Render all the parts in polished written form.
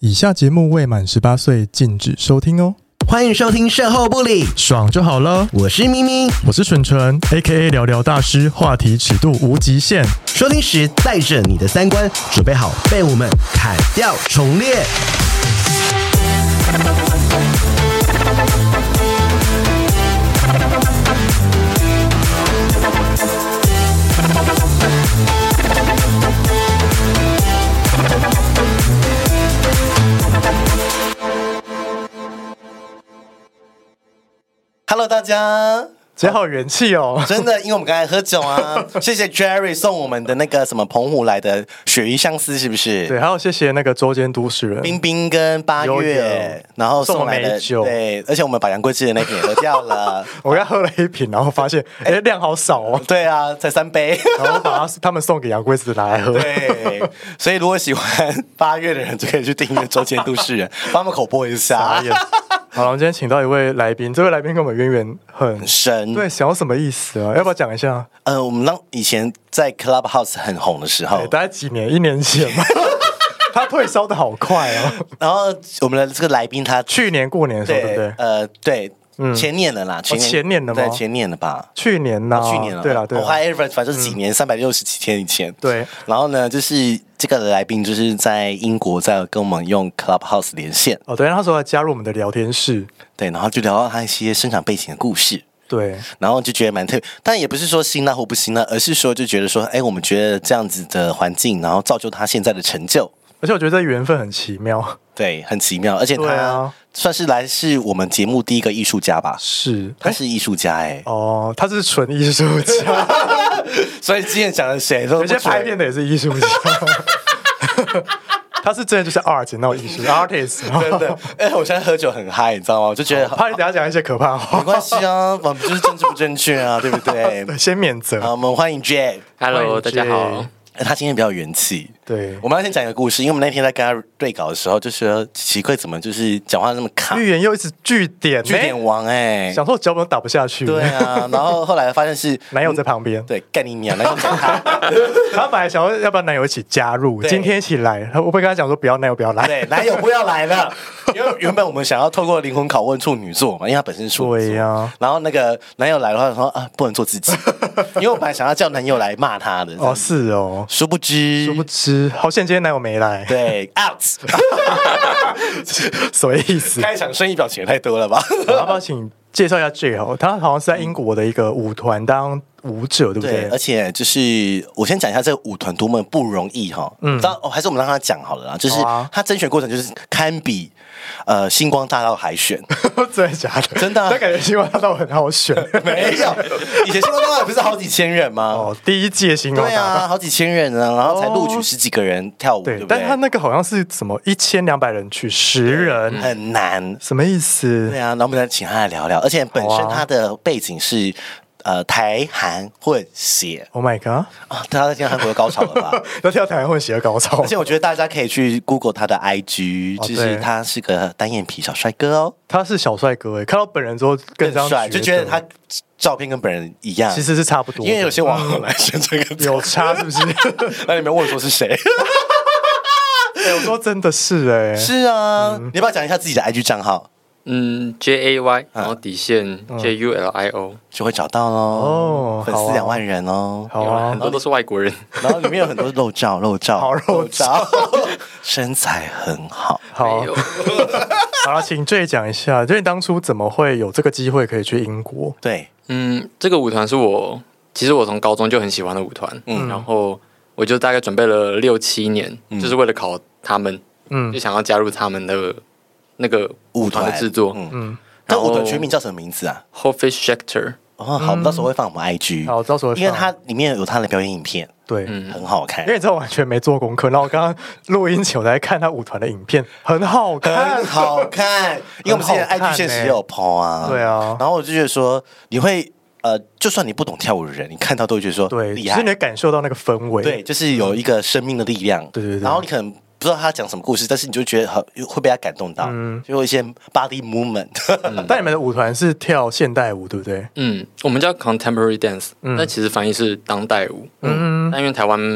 以下节目未满18岁禁止收听哦。 欢迎收听售后不理， 爽就好了。 我是咪咪， 我是纯纯 ，A.K.A 聊聊大师，话题尺度无极限。 收听时带着你的三观，准备好被我们砍掉重练。Hello， 大家。 姐好元气哦！ 真的，因为我们刚才喝酒啊，谢谢 Jerry 送我们的那个什么澎湖来的鳕鱼香丝，是不是？ 对，还有谢谢那个周间都市人冰冰跟八月，然后送来的酒， 对，而且我们把杨贵枝的那瓶也喝掉了。 我刚喝了一瓶，然后发现量好少哦。 对啊，才3杯， 然后把他们送给杨贵枝拿来喝。 对，所以如果喜欢八月的人，就可以去订阅周间都市人，帮他们口播一下。 好了，我们今天请到一位来宾，这位来宾跟我们渊源很深， 对，想要什么意思啊？要不要讲一下？ 我们以前在 Clubhouse 很红的时候， 大概几年，1年前吧。他退烧的好快哦。 然后我们的这个来宾他去年过年的时候，对不对？ 对。前年了啦， 前年的吗？ 对，前年的吧。 去年呢？ 去年了。 对了，对了。 反正是几年，367天以前。 对。 然后呢，就是这个来宾就是在英国，在跟我们用 Clubhouse 连线。 哦，对，他说要加入我们的聊天室。 对，然后就聊到他一些生长背景的故事。 对。 然后就觉得蛮特别，但也不是说辛辣或不辛辣，而是说就觉得说，我们觉得这样子的环境，然后造就他现在的成就。 而且我觉得这缘分很奇妙。 对，很奇妙，而且他算是我们节目第一个艺术家吧？是，他是艺术家哦，他是纯艺术家， 所以之前讲的谁都有些拍片的也是艺术家，他是真的就是 art 那种艺术 artist， 真的。我现在喝酒很嗨，你知道吗？我就觉得怕你等下讲一些可怕话， 没关系啊，我们就是政治不正确啊，对不对？ 先免责。 好，我们欢迎 Jack。 Hello， 大家好。 他今天比较元气， 对， 我们要先讲一个故事，因为我们那天在跟他对稿的时候，就说奇怪怎么就是讲话那么卡， 预言又一直句点王想说脚本打不下去， 对啊，然后后来发现是男友在旁边， 对，干你娘，男友讲他， 他本来想要不要男友一起加入，今天一起来，我会跟他讲说不要，男友不要来， 对，男友不要来了，因为原本我们想要透过灵魂拷问处女座嘛，因为他本身是处女座， 对呀， 然后那个男友来的话说啊，不能做自己，因为我本来想要叫男友来骂他的， 哦，是哦， 殊不知， 好险今天男友没来， 对 ，out， 什么意思？ 开场生意表情也太多了吧？ 要不要请介绍一下 J 哦？他好像是在英国的一个舞团当舞者，对不对？ 对，而且就是我先讲一下这个舞团多么不容易哈。还是我们让他讲好了啦。就是他甄选过程就是堪比星光大道海选， 真的假的？ 真的， 但感觉星光大道很好选， 没有。以前星光大道不是好几千人吗？ 哦，第一届星光大道， 对啊，好几千人啊，然后才录取10几个人跳舞，对不对？ 但他那个好像是什么1200人去10人， 很难， 什么意思？ 对啊，然后我们再请他来聊聊，而且本身他的背景是。台韩混血 ，Oh my god！ 啊，大家在听韩国的高潮了吧？ 要跳台韩混血的高潮， 而且我觉得大家可以去 Google 他的 IG，就是他是个单眼皮小帅哥哦。 他是小帅哥看到本人之后更帅， 就觉得他照片跟本人一样， 其实是差不多。 因为有些网友来宣这个有差是不是？ 那你们问我说是谁？ 我说真的是是啊，你要不要讲一下自己的 IG 账号 ？JAY， 然后底线JULIO 就会找到咯。哦，粉丝2万人哦， 好啊， 很多都是外国人， 然后里面有很多肉照， 好肉照， 身材很好， 好。好了，请J讲一下，就是你当初怎么会有这个机会可以去英国？ 对， 这个舞团是其实我从高中就很喜欢的舞团，然后我就大概准备了6、7年，就是为了考他们，就想要加入他们的那个舞团的制作。 这舞团全名叫什么名字啊 ？Hoffish Schechter。 哦，好，我们到时候会放我们 IG。 好，到时候因为它里面有他的表演影片， 对， 很好看。 因为你知道我完全没做功课，然后我刚刚录音前我在看他舞团的影片，很好看， 很好看。因为我们之前 IG 现实也有 po 啊， 对啊。 然后我就觉得说，你会就算你不懂跳舞的人，你看到都会觉得说， 对， 厉害， 其实你感受到那个氛围， 对，就是有一个生命的力量， 对对对。 然后你可能不知道他讲什么故事，但是你就觉得会被他感动到，就有一些 body movement。 但你们的舞团是跳现代舞，对不对？ 我们叫 contemporary dance，但其实翻译是当代舞。但因为台湾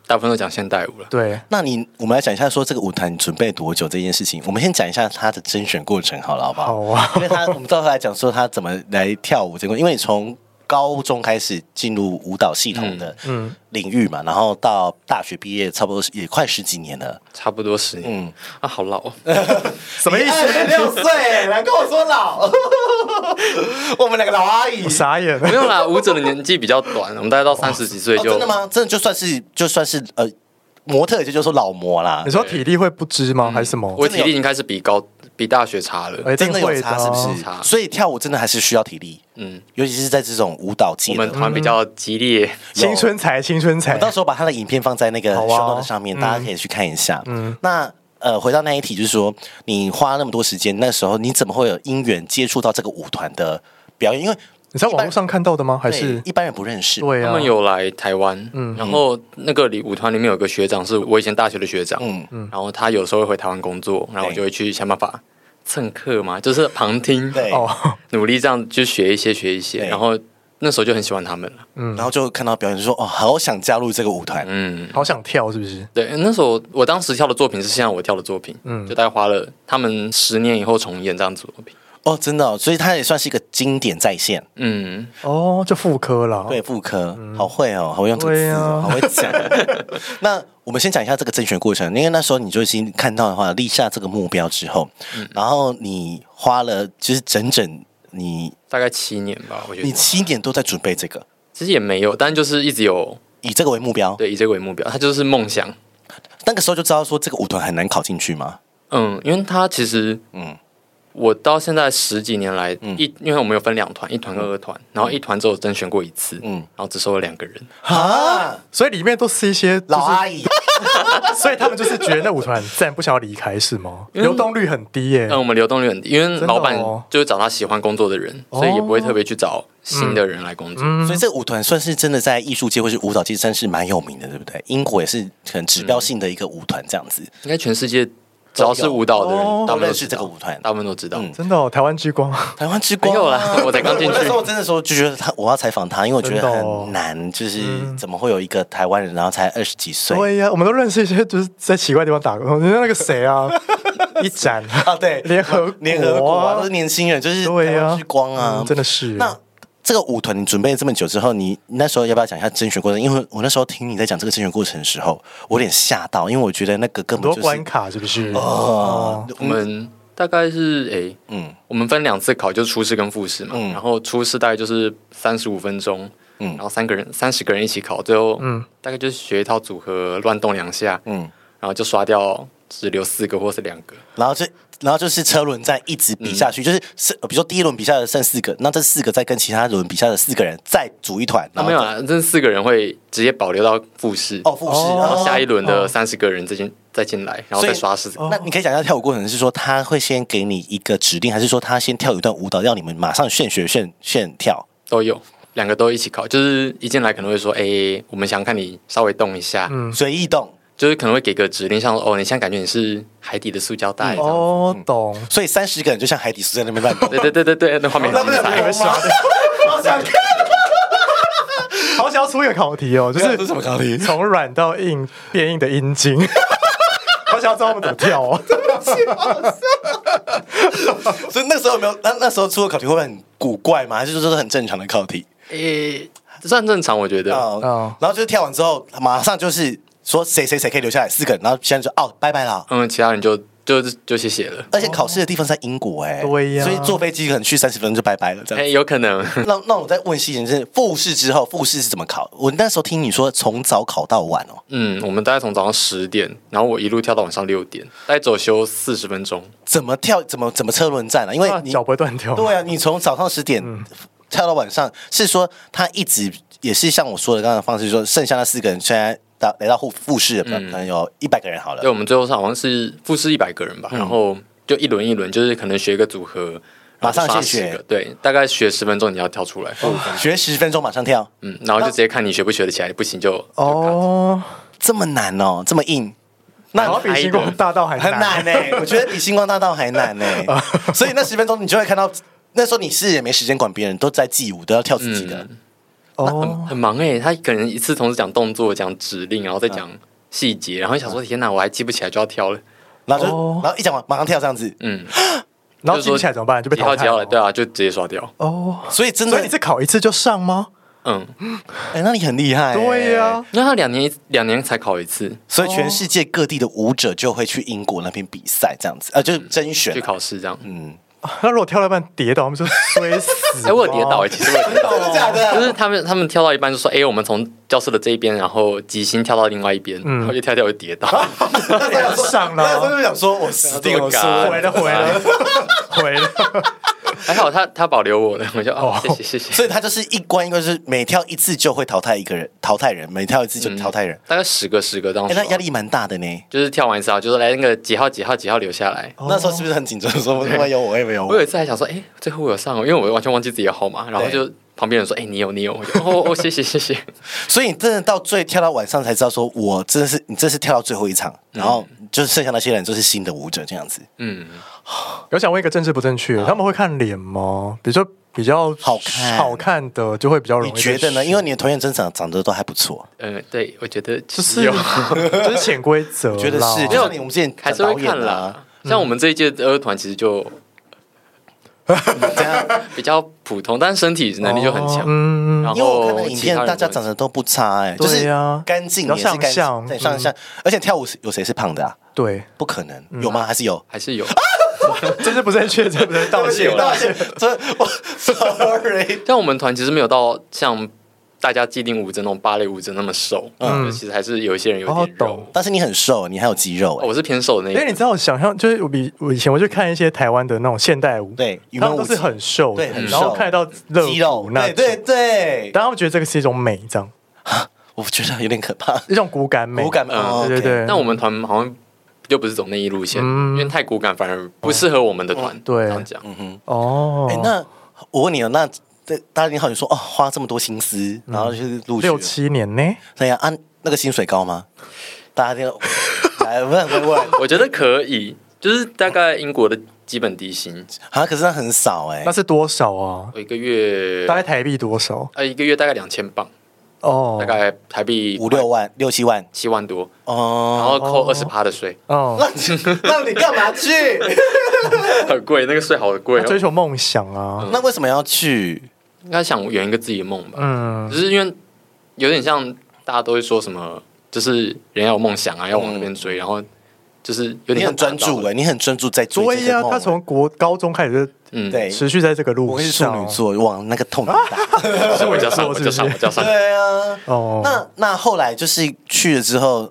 大部分都讲现代舞了。 对， 那我们来讲一下说这个舞团准备多久这件事情。我们先讲一下他的甄选过程好了，好不好？ 好啊， 因为我们到时候来讲说他怎么来跳舞这个，因为从高中开始进入舞蹈系统的领域嘛，然后到大学毕业，差不多也快10几年了， 差不多10年。好老哦， 什么意思 ？26岁，来跟我说老，我们两个老阿姨， 我傻眼了。 没有啦，舞者的年纪比较短，我们大概到30几岁就。 真的吗？真的就算是模特，也就是说老模啦。 你说体力会不支吗？还是什么？ 我体力已经开始比大学差了， 真的有差是不是？所以跳舞真的还是需要体力，尤其是在这种舞蹈界。 我们团比较激烈， 青春才。 我到时候把他的影片放在那个 show note 上面，大家可以去看一下。那回到那一题，就是说你花那么多时间，那时候你怎么会有因缘接触到这个舞团的表演？因为你在网络上看到的吗？还是一般人不认识？ 对啊， 他们有来台湾，然后那个舞团里面有个学长是我以前大学的学长，然后他有时候会回台湾工作，然后我就会去想办法蹭课嘛，就是旁听，努力这样就学一些，然后那时候就很喜欢他们了， 然后就看到表演就说好想加入这个舞团， 好想跳，是不是？ 对，那时候我当时跳的作品是现在我跳的作品，就大概花了他们10年以后重演这样子的作品。 真的所以它也算是一个经典再现。 就复刻了。 对，复刻，好会好会用这个词，好会讲。那我们先讲一下这个甄选过程，因为那时候你就已经看到的话，立下这个目标之后，然后你花了就是整你大概7年吧，我觉得你7年都在准备这个， 其实也没有，但就是一直有以这个为目标。 对，以这个为目标，它就是梦想。 那个时候就知道说这个舞团很难考进去吗？ 因为它其实我到现在10几年来，因为我们有分2团，1团跟2团，然后1团只有甄选过1次，然后只收了2个人所以里面都是一些老阿姨， 所以他们就是觉得那舞团自然不想要离开，是吗？流动率很低耶。 我们流动率很低，因为老板就会找他喜欢工作的人，所以也不会特别去找新的人来工作。 所以这个舞团算是真的在艺术界或是舞蹈界算是蛮有名的，对不对？英国也是很指标性的一个舞团，这样子。 应该全世界只要是舞蹈的人，大部分都认识这个舞团， 大部分都知道。 真的台湾之光， 台湾之光没有啦，我才刚进去。 那时候真的时候就觉得我要采访他，因为我觉得很难，就是怎么会有一个台湾人，然后才20几岁？ 对呀，我们都认识一些就是在奇怪的地方打工，人家那个谁啊，一展对，联合国都是年轻人，就是台湾之光啊， 真的是。 那这个舞团你准备了这么久之后，你那时候要不要讲一下甄选过程？因为我那时候听你在讲这个甄选过程的时候，我有点吓到，因为我觉得那个根本就是很多关卡，是不是？ 我们大概是我们分2次考，就是初试跟复试嘛。然后初试大概就是35分钟，然后30个人一起考，最后大概就是学一套组合，乱动2下，然后就刷掉，只留4个或是2个， 然后就是车轮战一直比下去，就是比如说第一轮比赛的剩4个，那这4个再跟其他轮比赛的4个人再组一团。 没有啊，这4个人会直接保留到复试复试， 然后下一轮的30个人再进来，然后再刷4个。 那你可以讲一下跳舞过程是说他会先给你一个指令，还是说他先跳一段舞蹈，让你们马上现学现跳？ 都有，2个都一起考，就是一进来可能会说，我们想看你稍微动一下， 随意动。 就是可能会给个指令，像你现在感觉你是海底的塑胶袋， 懂。 所以30个人就像海底塑胶在那边乱动。 对，那画面很精彩。 好想看， 好想要出一个考题哦，就是什么考题？ 从软到硬变硬的阴茎。好想要知道他们怎么跳哦。 所以那时候有没有？那时候出的考题会不会很古怪吗？还是说是很正常的考题？ 算正常，我觉得。 然后就是跳完之后，马上就是说谁可以留下来4个人，然后现在就拜拜了。 其他人就谢谢了。 而且考试的地方在英国对呀， 所以坐飞机可能去30分钟就拜拜了，这样。 有可能。 那我再问细点，就是复试之后，复试是怎么考？我那时候听你说从早考到晚哦。 我们大概从早上10点，然后我一路跳到晚上6点，大概走休40分钟。 怎么跳？怎么车轮战啊？因为你脚不会断掉。 对啊，你从早上10点跳到晚上，是说他一直也是像我说的刚刚的方式，说剩下那4个人现在。来到复试，可能有100个人好了。 对，我们最后好像是复试100个人吧，然后就一轮一轮，就是可能学一个组合， 马上现学。 对，大概学10分钟，你要跳出来。 学10分钟马上跳。 然后就直接看你学不学得起来，不行就这么难哦，这么硬。 那比星光大道还很难呢。我觉得比星光大道还难呢。所以那10分钟你就会看到，那时候你是也没时间管别人，都在记舞，都要跳自己的。 很忙哎，他可能一次同时讲动作、讲指令，然后再讲细节，然后想说天哪，我还记不起来就要跳了， 然后一讲完马上跳这样子， 然后记不起来怎么办？就被淘汰了。 对啊，就直接刷掉。 所以真的， 所以你是考一次就上吗？ 那你很厉害。 对呀， 因为他2年才考一次， 所以全世界各地的舞者就会去英国那边比赛，这样子就是甄选去考试这样。 那如果跳到一半跌倒，他们就摔死。 我有跌倒其实我有跌倒， 真的假的？ 就是他们跳到一半就说，我们从教室的这一边，然后即兴跳到另外一边，然后就跳就跌倒。 那上了， 我就想说，我死定了， 回了。 还好他保留我的，我就谢谢。 所以他就是一关一关，就是每跳一次就会淘汰人，每跳一次就淘汰人， 大概10个这样。 那压力蛮大的呢。 就是跳完一次啊，就是来那个几号留下来。 那时候是不是很紧张？说会有我，会没有我？ 我有一次还想说，最后我有上，因为我完全忘记自己的号码，然后就旁边人说，你有，我就谢谢。 所以你真的到跳到晚上才知道，说你这是跳到最后一场，然后就是剩下那些人就是新的舞者这样子。 我想问一个政治不正确，他们会看脸吗？比如说比较好看的就会比较容易。 你觉得呢？因为你的团员真长得都还不错。 对，我觉得就是就是潜规则， 觉得是。就像我们之前还是会看啦。像我们这一届的2团其实就这样比较普通，但是身体能力就很强。然后因为我看那个影片，大家长得都不差就是干净也是上相，对上相。而且跳舞有谁是胖的啊？ 对， 不可能，有吗？还是有？ 还是有。 这是不正确，这不是道歉， sorry。 像我们团其实没有到像大家既定舞者那种芭蕾舞者那么瘦，其实还是有一些人有点肉。 但是你很瘦，你还有肌肉。 我是偏瘦的那一种。 因为你知道，我想象就是我以前我去看一些台湾的那种现代舞， 对， 他们都是很瘦， 对，很瘦， 然后看得到肌肉， 对，但他们觉得这个是一种美，这样。 我觉得有点可怕， 一种骨感美， 对。但我们团好像就不是走那一路线，因为太骨感反而不适合我们的团。 对， 这样讲。 那我问你那大家你好，你说花这么多心思，然后就是录取 6、7年呢？ 对呀，那个薪水高吗？大家听，来问， 我觉得可以，就是大概英国的基本底薪可是那很少那是多少啊？ 我一个月大概台币多少？ 一个月大概2000镑。大概台币 5、6万、6、7万、 7万多然后扣20%的税那你干嘛去？ 很贵，那个税好贵追求梦想啊。 那为什么要去？ 应该想圆一个自己的梦吧。只是因为有点像大家都会说什么，就是人要有梦想啊，要往那边追，然后就是有点很专注你很专注在追这个梦。 他从高中开始就对持续在这个路上。 我是处女座，往那个痛打。 我叫上。 对啊。那后来就是去了之后，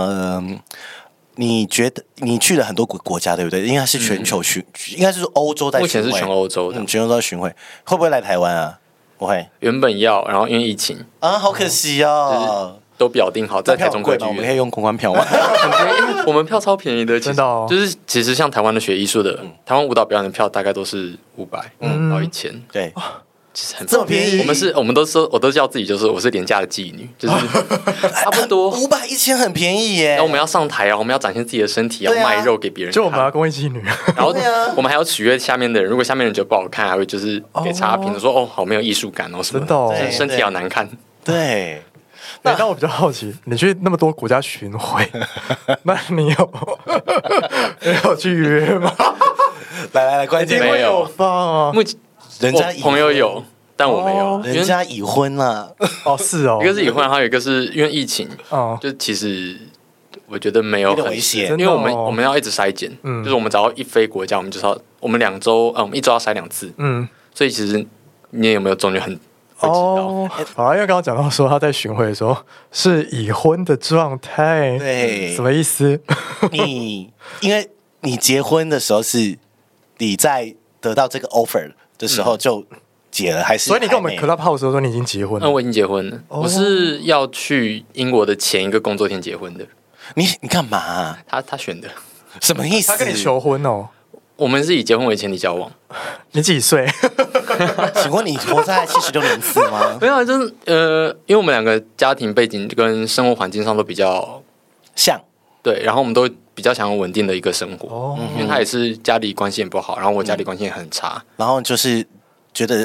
你觉得你去了很多国家，对不对？应该是全球应该是欧洲在巡回。 目前是全欧洲的， 全欧洲巡回，会不会来台湾啊？不会。 原本要，然后因为疫情好可惜哦。 都表定好在台中歌剧院， 我们可以用公关票吗？ 很便宜，我们票超便宜的， 真的。 就是其实像台湾的学艺术的，台湾舞蹈表演的票大概都是500到1000， 对， 其实很这么便宜。 我都叫自己就是我是廉价的妓女，就是差不多 500、1000很便宜耶。 然后我们要上台我们要展现自己的身体，要卖肉给别人， 就我们要公益妓女。 然后我们还要取悦下面的人，如果下面人觉得不好看，还会就是给差评，说好没有艺术感什么的，身体好难看。 对。 那我比较好奇，你去那么多国家巡回，那你有去约吗？ 来，关键没有吧？ 目前人家朋友有，但我没有。 人家已婚了。 是哦。 一个是已婚，还有一个是因为疫情。就其实我觉得没有很危险， 因为我们要一直筛检，就是我们只要一飞国家，我们就是要我们2周，我们1周要筛2次。所以其实你也有没有中就很。 好了，因为刚刚讲到说他在巡回的时候是已婚的状态， 对， 什么意思？ 因为你结婚的时候是你在得到这个 offer 的时候就结了，还是？ 所以你跟我们 Clubhouse 的时候说你已经结婚了？ 我已经结婚了，我是要去英国的前一个工作天结婚的。 你干嘛？ 他选的， 什么意思？ 他跟你求婚哦？ 我们是以结婚为前提交往。 你几岁？ 请问你活在76年次吗？ 没有，就是因为我们2个家庭背景跟生活环境上都比较像， 对，然后我们都比较想要稳定的一个生活。因为他也是家里关系也不好，然后我家里关系也很差， 然后就是觉得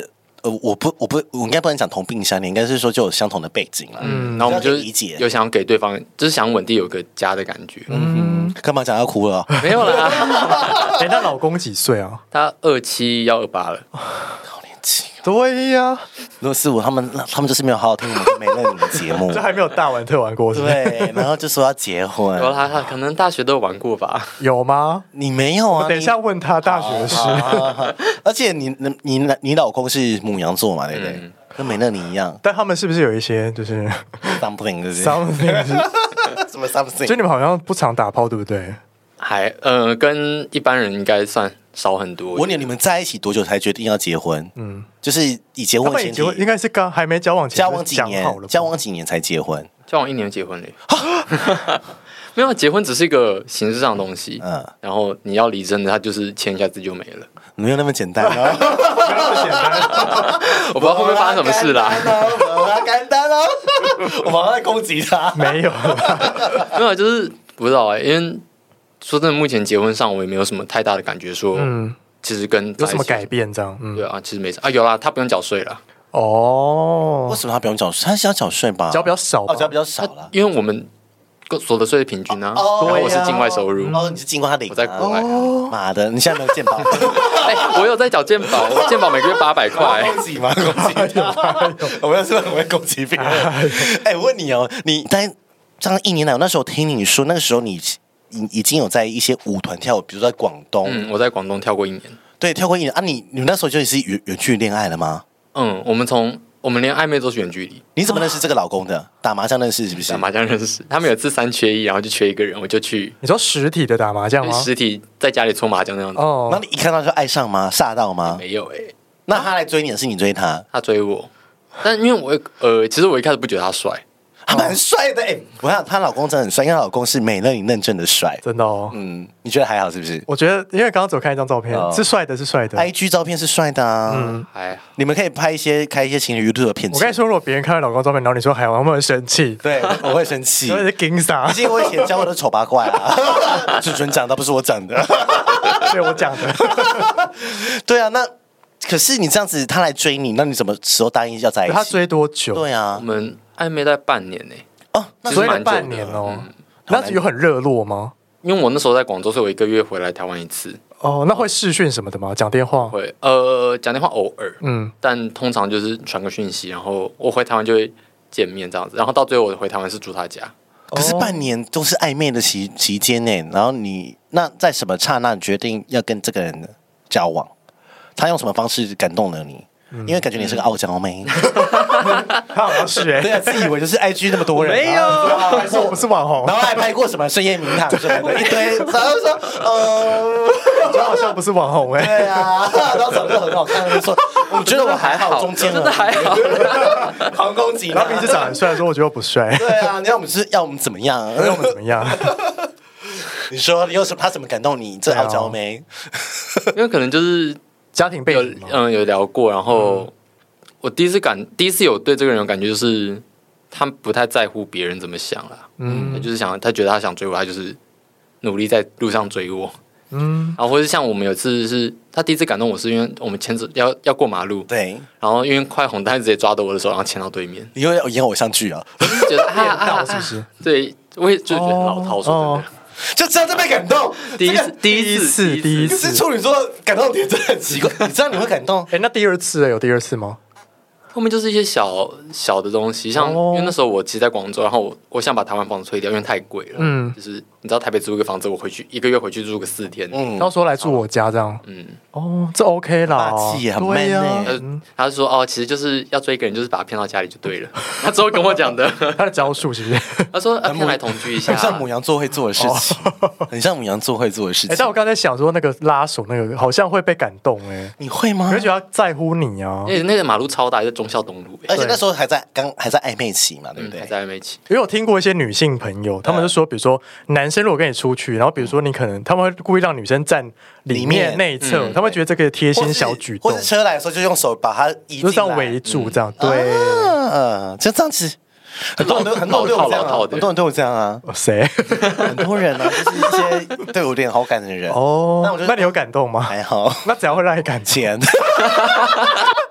我应该不能讲同病相怜，应该是说就有相同的背景了。 然后我们就理解， 有想要给对方，就是想稳定有个家的感觉。 干嘛讲要哭了？ 没有啦。 那老公几岁啊？ 他27要28了。 对呀， 如果是我，他们就是没有好好听我们美乐你的节目， 就还没有大玩特玩过， 对，然后就说要结婚。 有他可能大学都有玩过吧？ 有吗？ 你没有啊？ 我等一下问他大学的事。 而且你老公是牡羊座嘛，对不对？跟美乐你一样， 但他们是不是有一些就是 something 对不对 something 什么 something？ 就你们好像不常打炮，对不对？ 跟一般人应该算少很多。 我问你们在一起多久才决定要结婚？就是以结婚前提， 应该是刚还没交往前， 交往几年才结婚？ 交往1年结婚嘞。没有，结婚只是一个形式上的东西。然后你要离真的，他就是签一下字就没了。 没有那么简单哦， 没有那么简单。 我不知道后面发生什么事啦。 简单哦，我马上在攻击他。 没有， 没有，就是不知道因为说真的，目前结婚上我也没有什么太大的感觉，说其实跟有什么改变这样？ 对啊，其实没啥啊，有啦，他不用缴税了。 哦，为什么他不用缴税？他是要缴税吧？ 缴比较少， 缴比较少了， 因为我们所得税是平均啊。然后我是境外收入， 你是境外领， 我在国外。 妈的，你现在没有健保？ 我有在缴健保，我健保每个月800块。 攻击吗？攻击我们是不是很会攻击别人？我问你哦，你在这样1年来，我那时候听你说，那个时候你已经有在一些舞团跳舞，比如说在广东。 我在广东跳过1年。 对，跳过1年啊！你那时候就是远距离恋爱了吗？ 我们连暧昧都是远距离。 你怎么认识这个老公的？打麻将认识是不是？ 打麻将认识。他们有次3缺1，然后就缺一个人，我就去。 你说实体的打麻将吗？ 实体在家里搓麻将那样子。 然后你一看到就爱上吗？煞到吗？ 没有那他来追你，是你追他？ 他追我。但因为其实我一开始不觉得他帅。 他蛮帅的我看她老公真的很帅，因为她老公是美乐你认证的帅， 真的哦。 你觉得还好是不是？ 我觉得，因为刚刚只有看一张照片，是帅的，是帅的。 IG 照片是帅的啊。 还好。 你们可以开一些情侣 YouTube 的片子。 我跟你说，如果别人看到老公照片，然后你说还好，他们会生气。 对，我会生气。 因为是金傻。 毕竟我以前教过的丑八怪啊，是准讲的，不是我讲的。 对，我讲的。 对啊，那可是你这样子，他来追你，那你什么时候答应要在一起？ 他追多久？ 对啊， 我们暧昧在半年那所以半年哦。那有很热络吗？ 因为我那时候在广州，所以我1个月回来台湾1次。 那会视讯什么的吗？讲电话？ 会，讲电话偶尔，但通常就是传个讯息，然后我回台湾就会见面这样子，然后到最后我回台湾是住他家。 可是半年都是暧昧的期间呢，然后你那在什么刹那决定要跟这个人交往？他用什么方式感动了你？因为感觉你是个傲娇妹， 他好像是对啊，自以为就是 IG 那么多人， 没有， 还是我不是网红， 然后还拍过什么深夜名堂什么的一堆，然后说就好像不是网红对啊，然后长得很好看，就说我觉得我还好，中间真的还好， 狂攻击， 然后名字长得很帅，说我觉得我不帅， 对啊，你要我们怎么样？ 要我们怎么样？ 你说他怎么感动你？这傲娇妹， 因为可能就是家庭背景有聊过，然后我第一次有对这个人有感觉，就是他不太在乎别人怎么想啦，他就是他觉得他想追我，他就是努力在路上追我，然后或是像我们有次是他第一次感动我，是因为我们牵着要过马路， 对， 然后因为快红灯，直接抓着我的手，然后牵到对面， 你会演偶像剧啊？ 我就觉得是不是？ 对，我也就觉得老套，说真的。 就这样就被感动， 第一次， 可是处女座感动点真的很奇怪，你知道你会感动？ 那第二次有第二次吗？ 后面就是一些小的东西，像因为那时候我其实在广州，然后我想把台湾房子退掉，因为太贵了。就是你知道台北租一个房子，我1个月回去住个4天。 他说来住我家这样。这 OK 啦， 霸气很 man 呢。他就说其实就是要追一个人，就是把他骗到家里就对了。他之后跟我讲的， 他的招数是不是？ 他说骗来同居一下， 很像牡羊座会做的事情，很像牡羊座会做的事情。 但我刚才想说，那个拉手那个好像会被感动你会吗？ 而且他在乎你啊， 因为那个马路超大，在忠孝东路， 而且那时候还在暧昧期嘛，对不对？ 还在暧昧期。 因为我听过一些女性朋友，他们就说，比如说男生如果跟你出去，然后比如说你可能他们会故意让女生站里面内侧，他们觉得这个贴心小举动， 或是车来的时候就用手把它移进来， 就这样围住，这样对， 就这样子。很多人都有这样啊，很多人都有这样啊。 谁？ 很多人啊，就是一些对我有点好感的人。 那你有感动吗？ 还好。 那怎样会让你感钱？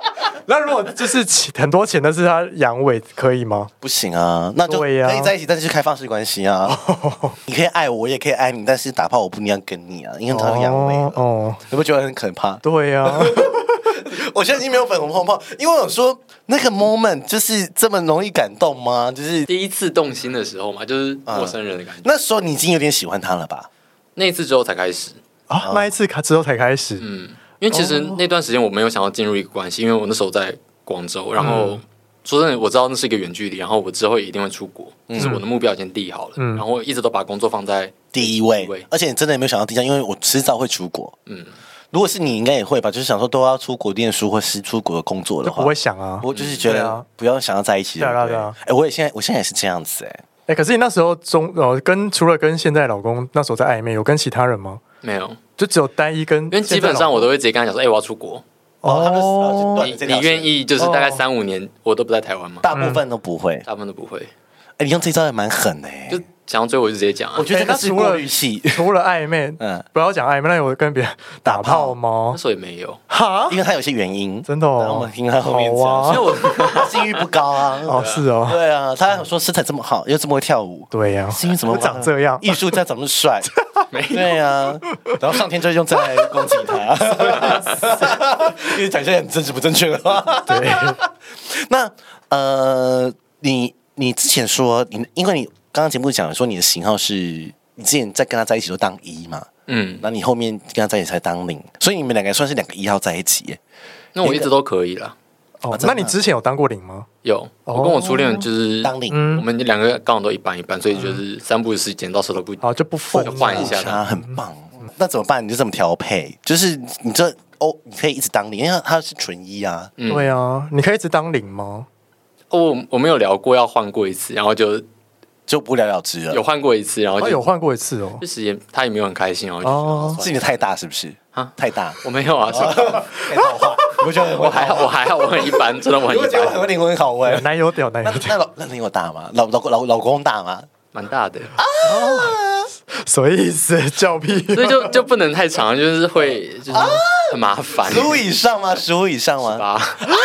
那如果就是很多钱，但是他阳痿，可以吗？ 不行啊，那就可以在一起，但是是开放式关系啊。你可以爱我，我也可以爱你，但是打炮我不一定要跟你啊，因为他是阳痿了。你不觉得很可怕？ 对呀。 我现在已经没有粉红泡泡，因为我说那个 moment 就是这么容易感动吗？就是第一次动心的时候嘛，就是陌生人的感觉。 那时候你已经有点喜欢他了吧？ 那一次之后才开始啊，那一次之后才开始。 因为其实那段时间我没有想要进入一个关系，因为我那时候在广州，然后说真的，我知道那是一个远距离，然后我之后也一定会出国，就是我的目标已经定好了，然后我一直都把工作放在第一位，而且你真的也没有想到第三，因为我迟早会出国。如果是你，应该也会吧？就是想说都要出国念书或是出国工作的话， 不会想啊。 我就是觉得不要想要在一起。对啊。我现在也是这样子可是你那时候除了跟现在老公那时候在暧昧，有跟其他人吗？ 没有， 就只有单一跟。因为基本上我都会直接跟他讲说，我要出国。你愿意就是大概3-5年我都不在台湾吗？ 大部分都不会，你用这招也蛮狠就想要追我就直接讲我觉得那是过滤器。 除了暧昧，不要讲暧昧，那有跟别人打炮吗？ 那时候也没有哈，因为他有些原因， 真的然后我们听他后面讲，所以我性欲不高啊。 是哦， 对啊，他说身材这么好，又这么会跳舞， 对呀， 性欲怎么长这样？ 艺术家怎么帅？对啊，然后上天就用这来攻击他，因为讲一些很政治不正确的话。 对， 那你之前说因为你刚刚节目讲说你的型号是你之前在跟他在一起都当1嘛，那你后面跟他在一起才当0，所以你们两个算是2个1号在一起耶。 那我一直都可以啦。 那你之前有当过0吗？ 有，我跟我初恋就是当0， 我们2个刚好都一半一半，所以就是3不5时剪刀石头布， 就不分， 换一下他很棒。那怎么办？你就这么调配，就是你可以一直当0，因为他是纯1啊。 对啊，你可以一直当0吗？ 我没有聊过要换过一次，然后就不了了之了。 有换过一次，然后有换过一次哦。 就是他也没有很开心，然后是你太大是不是？太大， 我没有啊。 太套话，我觉得我还好，我很一般，真的我很一般。 我灵魂好味， 奶油屌。那你有大吗？老公大吗？ 蛮大的什么意思？叫屁！ 所以就不能太长，就是很麻烦。 15以上吗？15以上吗？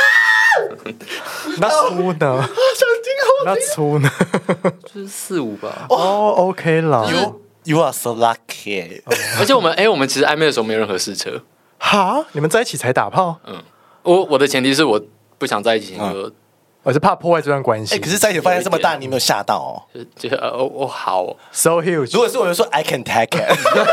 那粗呢？那粗呢？ 就是4、5吧。 OK 啦。 You are so lucky。 而且我们其实暧昧的时候没有任何试车。 哈？你们在一起才打炮？ 我的前提是我不想在一起， 我是怕破坏这段关系。 可是在一起发现这么大，你有没有吓到哦？ 好 ，so huge。 如果是我就说 I can take it。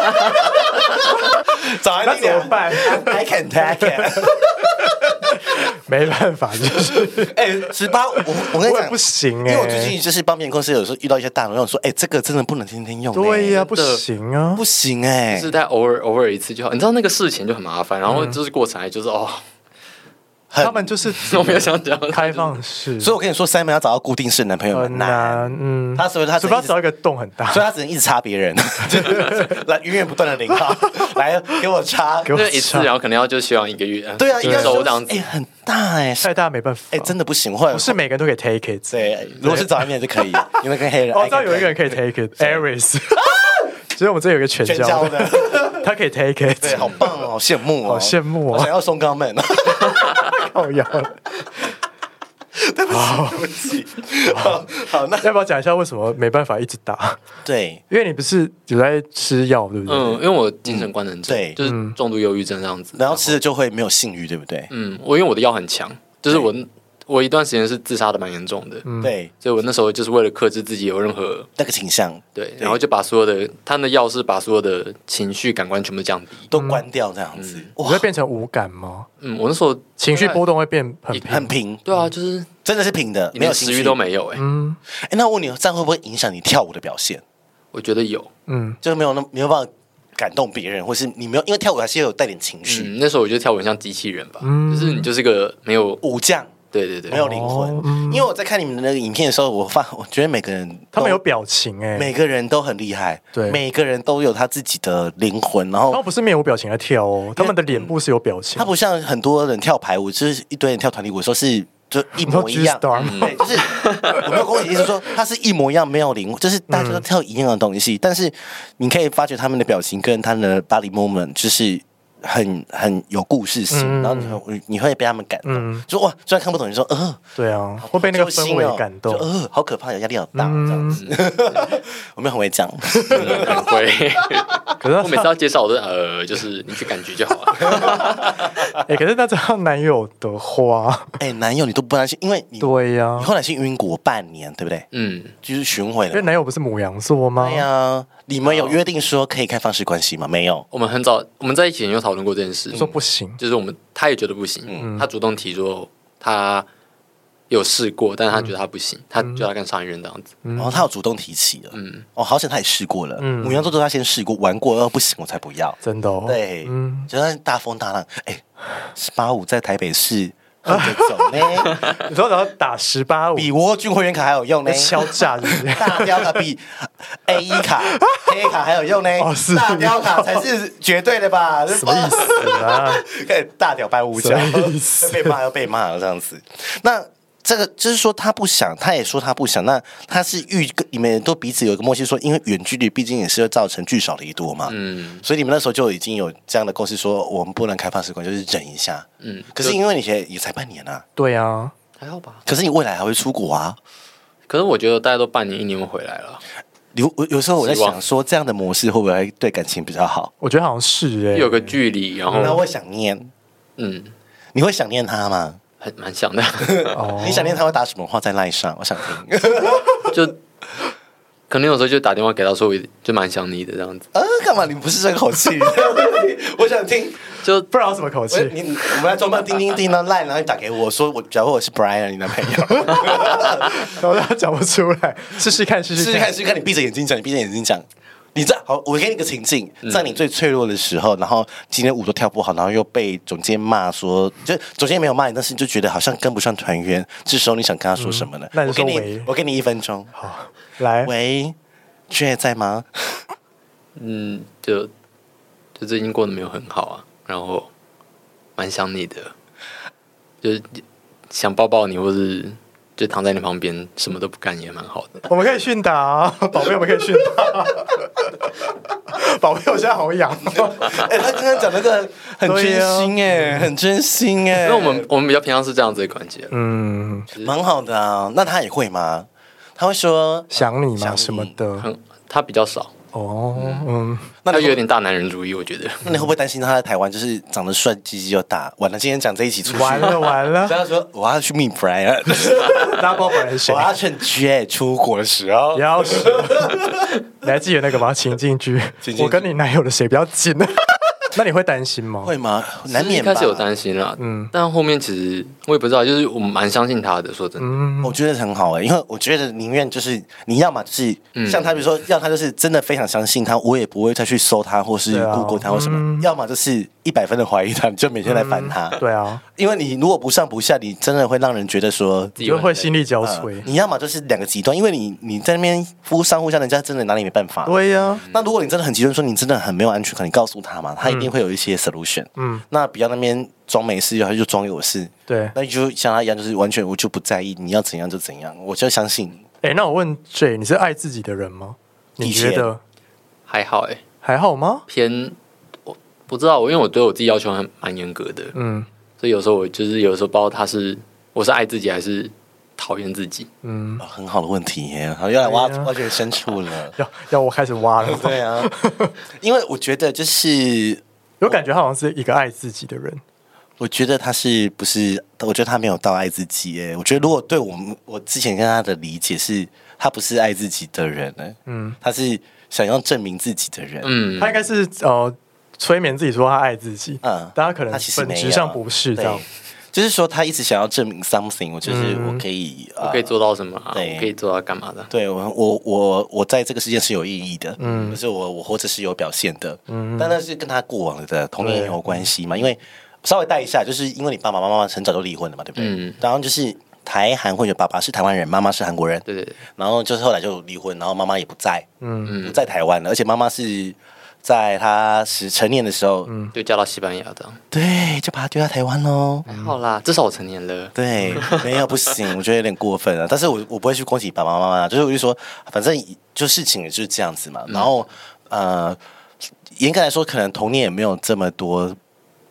那怎么办 ？I can take it。 没办法，就是 18，我跟你讲不行因为我最近就是帮别人公司有时候遇到一些大佬，我说这个真的不能天天用。 对呀，不行啊， 不行就是在偶尔一次就好。你知道那个事前就很麻烦，然后就是过程就是他们就是我没有想讲开放式， 所以我跟你说，Simon要找到固定式的男朋友很难。他除非他找一个洞很大， 所以他只能一直插别人，来源源不断的0号，来给我插， 一次，然后可能要就希望1个月， 对啊，1周这样子， 很大太大没办法， 真的不行， 不是每个人都可以 take it。 对，如果是找一面就可以，因为跟黑人， 我知道有一个人可以 take it，Aris。所以我们这有一个全交的，他可以 take it， 对，好棒哦，好羡慕哦， 好羡慕哦， 我想要松冈们， 靠腰。 对不起，好，那要不要讲一下为什么没办法一直打？ 对， 因为你不是有在吃药，对不对？ 因为我精神官能症，对，就是重度忧郁症这样子， 然后吃了就会没有性欲，对不对？ 因为我的药很强，就是我一段时间是自杀的蛮严重的， 对， 所以我那时候就是为了克制自己有任何那个倾向， 对，然后就把所有的他的药是把所有的情绪感官全部降低， 都关掉这样子， 你会变成无感吗？ 我那时候情绪波动会变很平， 对啊，就是真的是平的，没有食欲都没有， 那我问你，这样会不会影响你跳舞的表现？ 我觉得有， 就是没有办法感动别人，或是你没有，因为跳舞还是有带点情绪。 那时候我觉得跳舞很像机器人吧，就是你就是个没有武将。 对对对， 没有灵魂。因为我在看你们的那个影片的时候，我觉得每个人他们有表情每个人都很厉害， 对， 每个人都有他自己的灵魂。然后他们不是面无表情来跳哦，他们的脸部是有表情。 他不像很多人跳排舞，就是一堆人跳团体舞，说是就一模一样。对，就是我没有跟我意思说他是一模一样，没有灵魂，就是大家都跳一样的东西，但是你可以发觉他们的表情跟他们的 body movement 就是很有故事性，然后你会被他们感动，就哇，虽然看不懂，你说对啊，会被那个氛围感动， 好可怕，压力好大这样子。我们很会讲， 很会。可是我每次要介绍，我都就是你去感觉就好了。 可是那这样男友的话， 男友你都不担心，因为你对呀， 你后来去英国半年，对不对？就是巡回了。 因为男友不是牡羊座吗？ 对呀，你们有约定说可以开放式关系吗？没有。 我们很早我们在一起前有讨论过这件事， 说不行， 就是他也觉得不行，他主动提说他有试过，但是他觉得他不行，他觉得他跟上一任这样子。 然后他有主动提起了，好险他也试过了。牡羊座都他先试过，玩过，不行我才不要。 真的对，就算大风大浪，185在台北市横着走呢。 你说然后打185， 比沃郡会员卡还有用呢， 敲诈大雕卡比 A1 卡、黑卡还有用呢。大雕卡才是绝对的吧？ 什么意思啊？ 大屌掰五角，被骂要被骂了这样子。那这个就是说他不想，他也说他不想。那他是你们都彼此有一个默契，说因为远距离毕竟也是会造成聚少离多嘛。所以你们那时候就已经有这样的共识，说我们不能开放式关系，就是忍一下。可是因为你现在也才半年啊。 对啊， 还好吧。 可是你未来还会出国啊。 可是我觉得大家都半年1年会回来了。 有时候我在想说，这样的模式会不会对感情比较好？ 我觉得好像是有个距离，然后那会想念。你会想念他吗？ 蛮想的。 你想念他会打什么话在赖上？我想听。 就可能有时候就打电话给他说，我就蛮想你的这样子。 干嘛？你不是这个口气。我想听， 就不知道什么口气。 我们来装扮叮叮叮的赖，然后你打给我说，假如我是 Brian 你男朋友， 然后他讲不出来，试试看。 你闭着眼睛讲，你这好，我给你个情境，在你最脆弱的时候，然后今天舞都跳不好，然后又被总监骂说，就总监没有骂你，但是你就觉得好像跟不上团员，这时候你想跟他说什么呢？我给你1分钟， 好，来， 喂 ，J 在吗？ 就最近过得没有很好啊，然后蛮想你的，就是想抱抱你，或是就躺在你旁边，什么都不干也蛮好的。 我们可以训打宝贝，我们可以训打。宝贝，我现在好痒。 他刚刚讲那个很真心很真心因为我们比较平常是这样子的感觉， 蛮好的啊。那他也会吗？他会说想你吗什么的？ 他比较少。 那他有点大男人主义，我觉得。 那你会不会担心他在台湾就是长得帅，鸡鸡又大？完了，今天讲这一起出去， 完了。 所以他说我要去 meet Brian， 大家不知道本人是谁？ 我要趁 J 出国的时候。 要死！你还记得那个吗？情境剧，我跟你男友的谁比较近？那你会担心吗？ 会吗？难免吧。 一开始有担心啦，但后面其实我也不知道，就是我蛮相信他的。说真的， 我觉得很好因为我觉得宁愿就是你要嘛就是像他，比如说要他就是真的非常相信他，我也不会再去搜他或是 Google 他或什么。要么就是100分的怀疑他，你就每天来烦他。 对啊， 因为你如果不上不下，你真的会让人觉得说， 你就会心力交瘁。 你要么就是2个极端，因为你在那边忽上忽下，人家真的拿你没办法。 对呀。 那如果你真的很极端，说你真的很没有安全感，你告诉他嘛，他一定会有一些 solution。那不要那边装没事，他就装有事。 对， 那你就像他一样，就是完全我就不在意，你要怎样就怎样，我就相信你。 那我问 J， 你是爱自己的人吗？你觉得还好还好吗？ 偏我不知道，因为我对我自己要求还蛮严格的，所以有时候我就是有时候不知道我是爱自己还是讨厌自己。 很好的问题耶，好，要来挖掘深处了， 要我开始挖了。 对啊，因为我觉得就是有感觉他好像是一个爱自己的人。 我觉得他是不是？我觉得他没有到爱自己耶。我觉得如果对我之前跟他的理解是，他不是爱自己的人呢。他是想要证明自己的人。 他应该是催眠自己说他爱自己。但他可能本质上不是这样。 就是说，他一直想要证明 something， 我就是我可以， 我可以做到什么？我可以做到干嘛的？ 对我在这个世界是有意义的，就是我活着是有表现的，但那是跟他过往的童年有关系嘛？因为稍微带一下，就是因为你爸爸妈妈很早就离婚了嘛，对不对？然后就是台韩混血，爸爸是台湾人，妈妈是韩国人， 对。 然后就是后来就离婚，然后妈妈也不在，不在台湾了，而且妈妈是。在他成年的时候， 就嫁到西班牙的， 对，就把他丢到台湾喽。 还好啦，至少我成年了。 对，没有不行，我觉得有点过分了。但是我不会去攻击爸爸妈妈，就是我就说，反正就事情也就是这样子嘛。然后严格来说，可能童年也没有这么多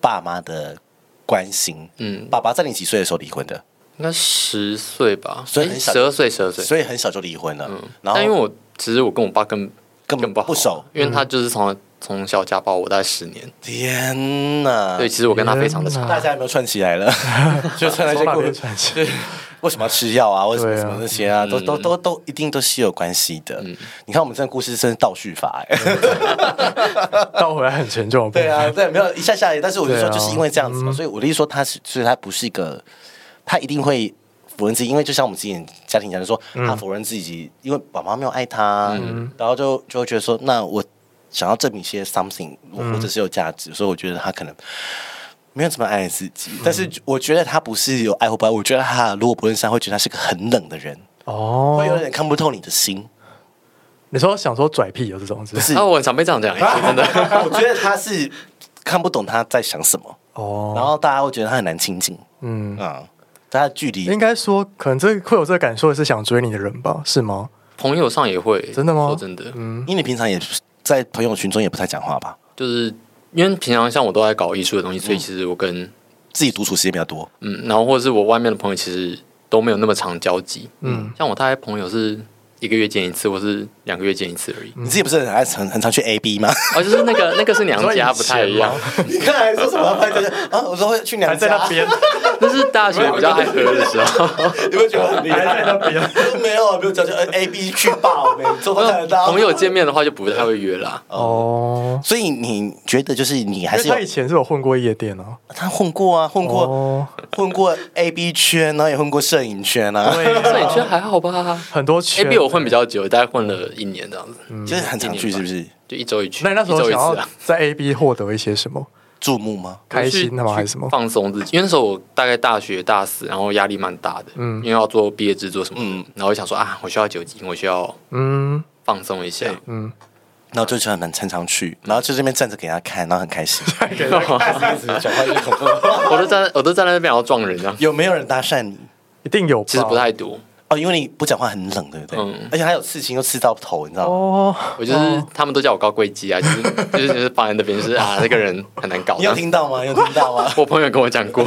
爸妈的关心。爸爸在你几岁的时候离婚的？ 应该10岁吧， 所以很小 ，12岁， 所以很小就离婚了。 然后因为其实我跟我爸根本不熟， 因为他就是从小家暴我大概10年。 天哪！ 对，其实我跟他非常的差。 大家有没有串起来了？就串那些故事。为什么要吃药啊？为什么什么那些啊？都一定都是有关系的。你看我们这个故事真是倒叙法， 倒回来很沉重。 对啊，对，没有一下下来，但是我就说就是因为这样子嘛，所以我的意思说所以他不是一个，他一定会否认自己，因为就像我们之前家庭讲的说，他否认自己，因为爸妈没有爱他，然后就会觉得说，那我想要证明一些 something，或者是有价值，所以我觉得他可能没有怎么爱自己。但是我觉得他不是有爱或不爱，我觉得他如果不认识他，会觉得他是个很冷的人，会有点看不透你的心。 你说想说拽屁有这种， 不是？ 我很常被这样讲，真的。 我觉得他是看不懂他在想什么，然后大家会觉得他很难亲近，大家距离应该说，可能会有这个感受，是想追你的人吧？是吗？ 朋友上也会， 真的吗？ 说真的， 因为你平常也在朋友群中也不太讲话吧？ 就是因为平常像我都在搞艺术的东西，所以其实我跟自己独处时间比较多， 然后或者是我外面的朋友其实都没有那么常交集，像我大概朋友是1个月见一次，或是2个月见一次而已。 你自己不是很常去 AB 吗？ 就是那个是娘家，不太一样。 你看还说什么拍这啊？我说会去娘家， 还在那边， 那是大学比较爱喝的时候。 你会觉得很厉害？ 还在那边， 没有没有讲AB 去爆，没做看得到。 朋友见面的话就不太会约啦。 所以你觉得就是你还是他以前是有混过夜店哦， 他混过啊，混过 AB 圈，然后也混过摄影圈啊。 对，摄影圈还好吧？ 很多圈 AB 我混比较久，大概混了1年这样子， 就是很常去，是不是？ 就1周一去。 那你那时候想要在 AB 获得一些什么？ 注目吗？ 开心吗？还是什么？ 放松自己。因为那时候我大概大学大4，然后压力蛮大的，因为要做毕业制作什么的，然后我想说我需要酒精，我需要放松一下， 然后就很常常去，然后就这边站着给他看，然后很开心。讲话就恐怖。 我都站在那边，然后撞人这样。 有没有人搭讪你？ 一定有吧， 其实不太多。 因为你不讲话很冷，对不对？而且还有刺青，又刺到头，你知道吗？ 我就是他们都叫我高贵鸡啊，就是放在那边，就是那个人很难搞。 你有听到吗？ 我朋友跟我讲过。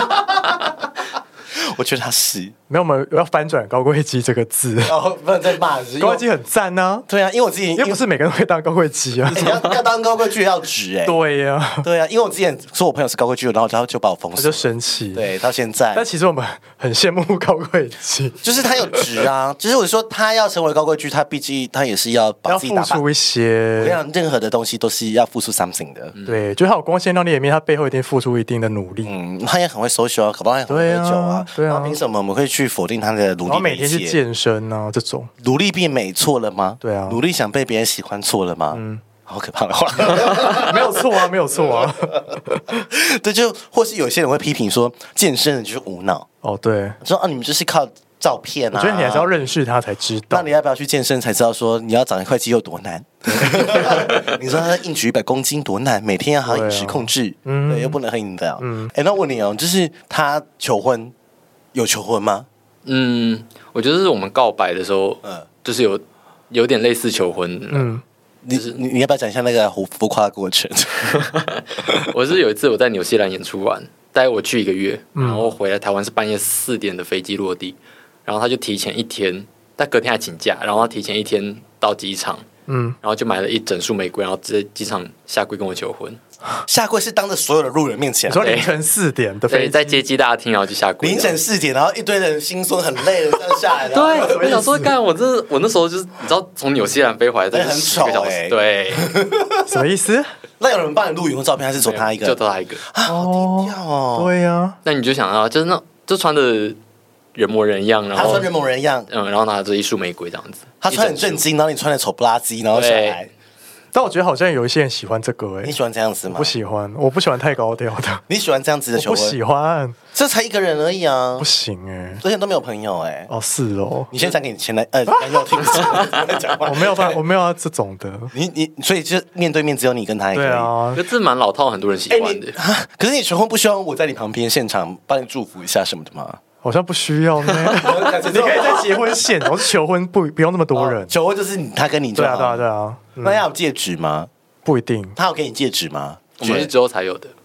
我觉得他是没有，我们要翻转高贵鸡这个字， 不能再骂。 高贵鸡很赞啊， 对啊，因为我自己因为不是每个人会当高贵鸡啊， 要当高贵剧要直对呀， 对啊，因为我之前说我朋友是高贵剧，然后他就把我封死， 他就生气， 对，到现在。 但其实我们很羡慕高贵鸡， 就是他有直啊，就是我说他要成为高贵剧，他毕竟他也是要把自己付出一些， 我想任何的东西都是要付出 something 的， 对，就他有光鲜亮丽的面，他背后一定付出一定的努力， 他也很会 social 啊，搞不好也很会喝酒啊， 对啊， 凭什么我们会去否定他的努力？ 然后每天去健身啊，这种努力变美错了吗？ 对啊， 努力想被别人喜欢错了吗？好可怕的话， 没有错啊，没有错啊。 对，就或是有些人会批评说，健身的就是无脑。 对， 说你们就是靠照片啊。 我觉得你还是要认识他才知道。 那你要不要去健身才知道说你要长一块肌肉多难？你说他硬举100公斤多难？每天要好饮食控制，对，又不能喝饮料。那我问你就是他求婚有求婚吗？ 我觉得是我们告白的时候，就是有点类似求婚。 你要不要讲一下那个浮夸的过程？ 我是有一次我在纽西兰演出完，带我去1个月，然后回来台湾是半夜4点的飞机落地，然后他就提前1天，但隔天还请假，然后他提前1天到机场，然后就买了一整束玫瑰，然后直接机场下跪跟我求婚。 下跪是当着所有的路人面前， 你说凌晨4点的飞机， 在接机大厅，然后就下跪。 凌晨4点，然后一堆人心酸很累的这样下来。 对，我想说，我那时候就是你知道从纽西兰飞回来， 很丑对， 什么意思？ 那有人帮你录影或照片，还是只有他一个？ 就他一个啊，好低调哦。 对呀， 那你就想到，就是就穿的人模人样，然后他穿人模人样， 然后拿着一束玫瑰这样子。 他穿很震惊，然后你穿的丑不拉几，然后下来。 但我觉得好像有一些人喜欢这个你喜欢这样子吗？ 不喜欢，我不喜欢太高调的。 你喜欢这样子的求婚？ 不喜欢， 这才1个人而已啊！ 不行之前都没有朋友是哦。 你先讲给你前男友听， 我没有办法，我没有要这种的。 你所以就面对面只有你跟他一个。 对啊， 可是蛮老套，很多人喜欢的。 可是你求婚不希望我在你旁边现场帮你祝福一下什么的吗？ 好像不需要呢。你可以在结婚现场，我是求婚不用那么多人。 求婚就是他跟你。 对啊，那要有戒指吗？ 不一定。 他有给你戒指吗？ 我们是之后才有的。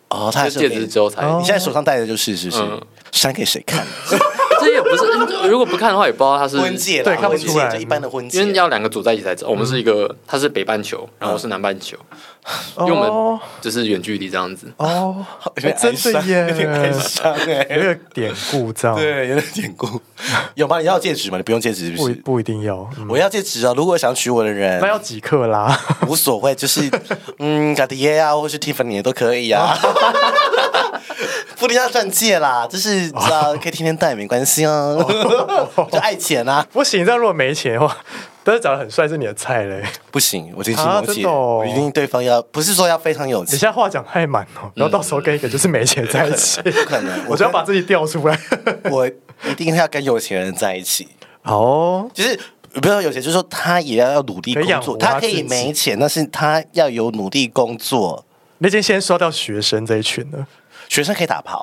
哦，他戒指之后才。 你现在手上戴的就是是不是？删给谁看？ 这也不是，如果不看的话，也不知道它是婚戒， 对，看不出来， 就一般的婚戒， 因为要2个组在一起才知道。我们是一个，它是北半球，然后我是南半球，因为我们就是远距离这样子。 哦，真的耶， 有点哀伤哎， 有点典故这样。 对，有点典故。有吗？你要戒指吗？你不用戒指是不是？ 不一定要。 我要戒指啊！如果想娶我的人， 那要几克拉？ 无所谓，就是卡地亚啊，或是 Tiffany 都可以啊。不一定要钻戒啦，就是知道可以天天戴没关系啊，就爱钱啊。 不行，这样如果没钱的话，但是长得很帅是你的菜嘞。 不行，我金星摩羯，我一定对方要不是说要非常有钱。 你现在话讲太满哦，然后到时候跟一个就是没钱在一起，不可能， 我就要把自己调出来。 我一定要跟有钱人在一起。 哦， 就是不要有钱，就是说他也要努力工作，他可以没钱，但是他要有努力工作。 你已经先刷掉学生这一群了。 学生可以打炮，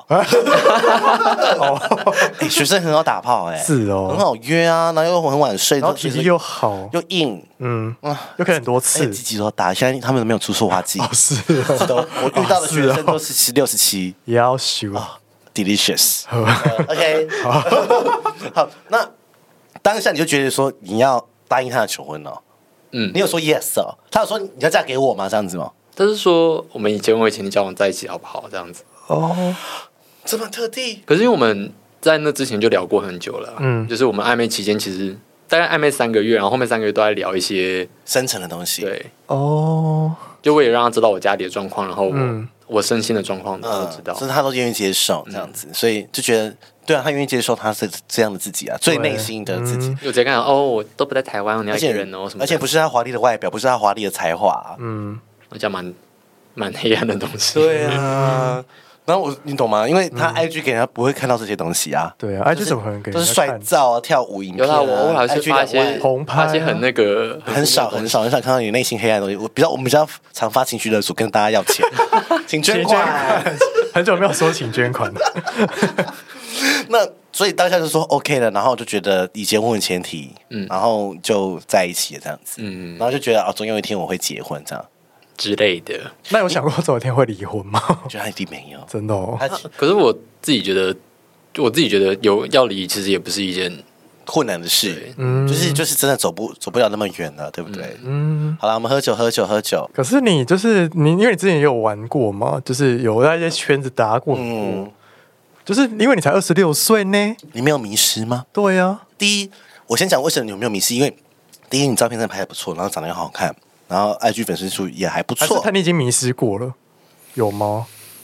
学生很好打炮哎， 是哦， 很好约啊，然后又很晚睡， 然后体力又好， 又硬， 又可以很多次， 鸡鸡都打。现在他们都没有出塑化剂， 是我遇到的学生都是16、17， 也要修 ，delicious。OK， 好，那当下你就觉得说你要答应他的求婚哦，你有说 yes 哦，他有说你要嫁给我吗？这样子吗？ 他是说我们以结婚为前提交往在一起好不好？这样子。 哦， 这么特地？ 可是因为我们在那之前就聊过很久了，就是我们暧昧期间其实大概暧昧3个月，然后后面3个月都在聊一些深层的东西。 对， 哦， 就我也让他知道我家里的状况，然后我身心的状况他都知道， 所以他都愿意接受这样子，所以就觉得对啊，他愿意接受他是这样的自己啊，最内心的自己。 就直接跟他讲我都不在台湾，你要一个人哦什么， 而且不是他华丽的外表，不是他华丽的才华， 我讲蛮黑暗的东西。 对啊。然后你懂吗？因为他 IG 给人家不会看到这些东西啊。 对啊，IG 怎么可能给人家看？ 都是帅照啊、跳舞影片啊。 我老是发一些红拍， 发一些很那个， 很少看到你内心黑暗的东西。我们比较常发情绪勒索，跟大家要钱，请捐款。 很久没有说请捐款了。 那所以当下就说 OK 了，然后就觉得以结婚为前提，然后就在一起了这样子，然后就觉得总有一天我会结婚这样。 之类的。 那有想过总有一天会离婚吗？ 我觉得他一定没有， 真的哦。 可是我自己觉得有要离，其实也不是一件困难的事，就是真的走不了那么远了，对不对？好了，我们喝酒。 可是你就是你，因为你之前也有玩过嘛，就是有在一些圈子打滚过，就是因为你才26岁呢， 你没有迷失吗？ 对呀。 第一，我先讲为什么你没有迷失，因为第一你照片真的拍得不错，然后长得又好看。然后 IG 粉丝数也还不错， 他你已经迷失过了，有吗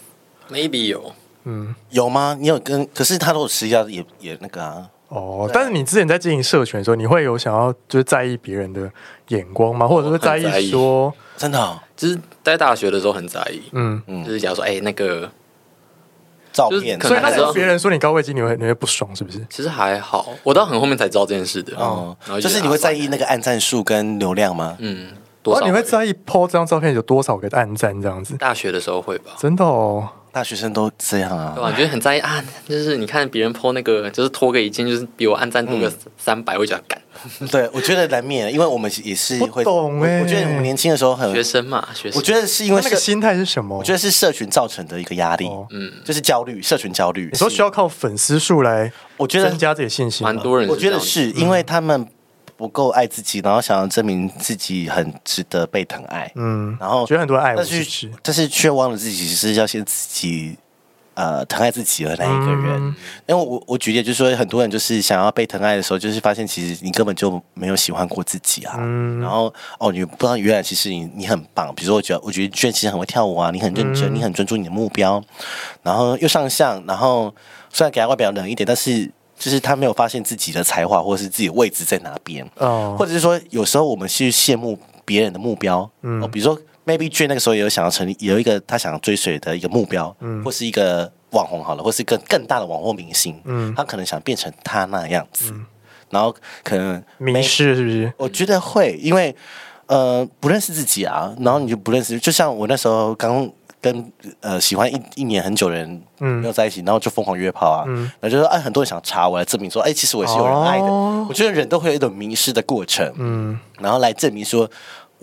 ？Maybe 有， 有吗？你有可是他如果吃药也那个啊。 哦，但是你之前在经营社群的时候，你会有想要就是在意别人的眼光吗？或者是在意说真的， 就是在大学的时候很在意，就是假如说那个照片， 所以那时候别人说你高位肌，你会不爽是不是？ 其实还好，我到很后面才知道这件事的。然后就是你会在意那个按赞数跟流量吗？ 多少？你会在意 po 这张照片有多少个按赞这样子？ 大学的时候会吧？ 真的哦， 大学生都这样啊。 对吧？你觉得很在意啊？就是你看别人 po 那个，就是脱个已经就是比我按赞多个300，我就要干。 对，我觉得难免，因为我们也是会。 不懂我觉得我们年轻的时候很学生嘛，学生。 我觉得是因为那个心态是什么？ 我觉得是社群造成的一个压力，就是焦虑，社群焦虑。 你说需要靠粉丝数来， 我觉得增加自己信心。 蛮多人， 我觉得是因为他们不够爱自己，然后想要证明自己很值得被疼爱。然后觉得很多人爱我， 但是却忘了自己是要先自己。疼爱自己的那一个人，因为我举例就是说，很多人就是想要被疼爱的时候，就是发现其实你根本就没有喜欢过自己啊。然后你不知道原来其实你很棒。比如说，我觉得娟其实很会跳舞啊，你很认真，你很专注你的目标，然后又上相，然后虽然给他外表冷一点，但是就是他没有发现自己的才华或者是自己的位置在哪边。或者是说有时候我们去羡慕别人的目标，比如说。maybe Jane 那个时候也有想要成立有一个他想要追随的一个目标，或是一个网红好了，或是更大的网红明星，他可能想变成他那样子，然后可能迷失是不是？ 我觉得会，因为不认识自己啊，然后你就不认识，就像我那时候刚跟喜欢一年很久的人没有在一起，然后就疯狂约炮啊，然后就说很多人想查我来证明说，其实我也是有人爱的。我觉得人都会有一种迷失的过程，然后来证明说。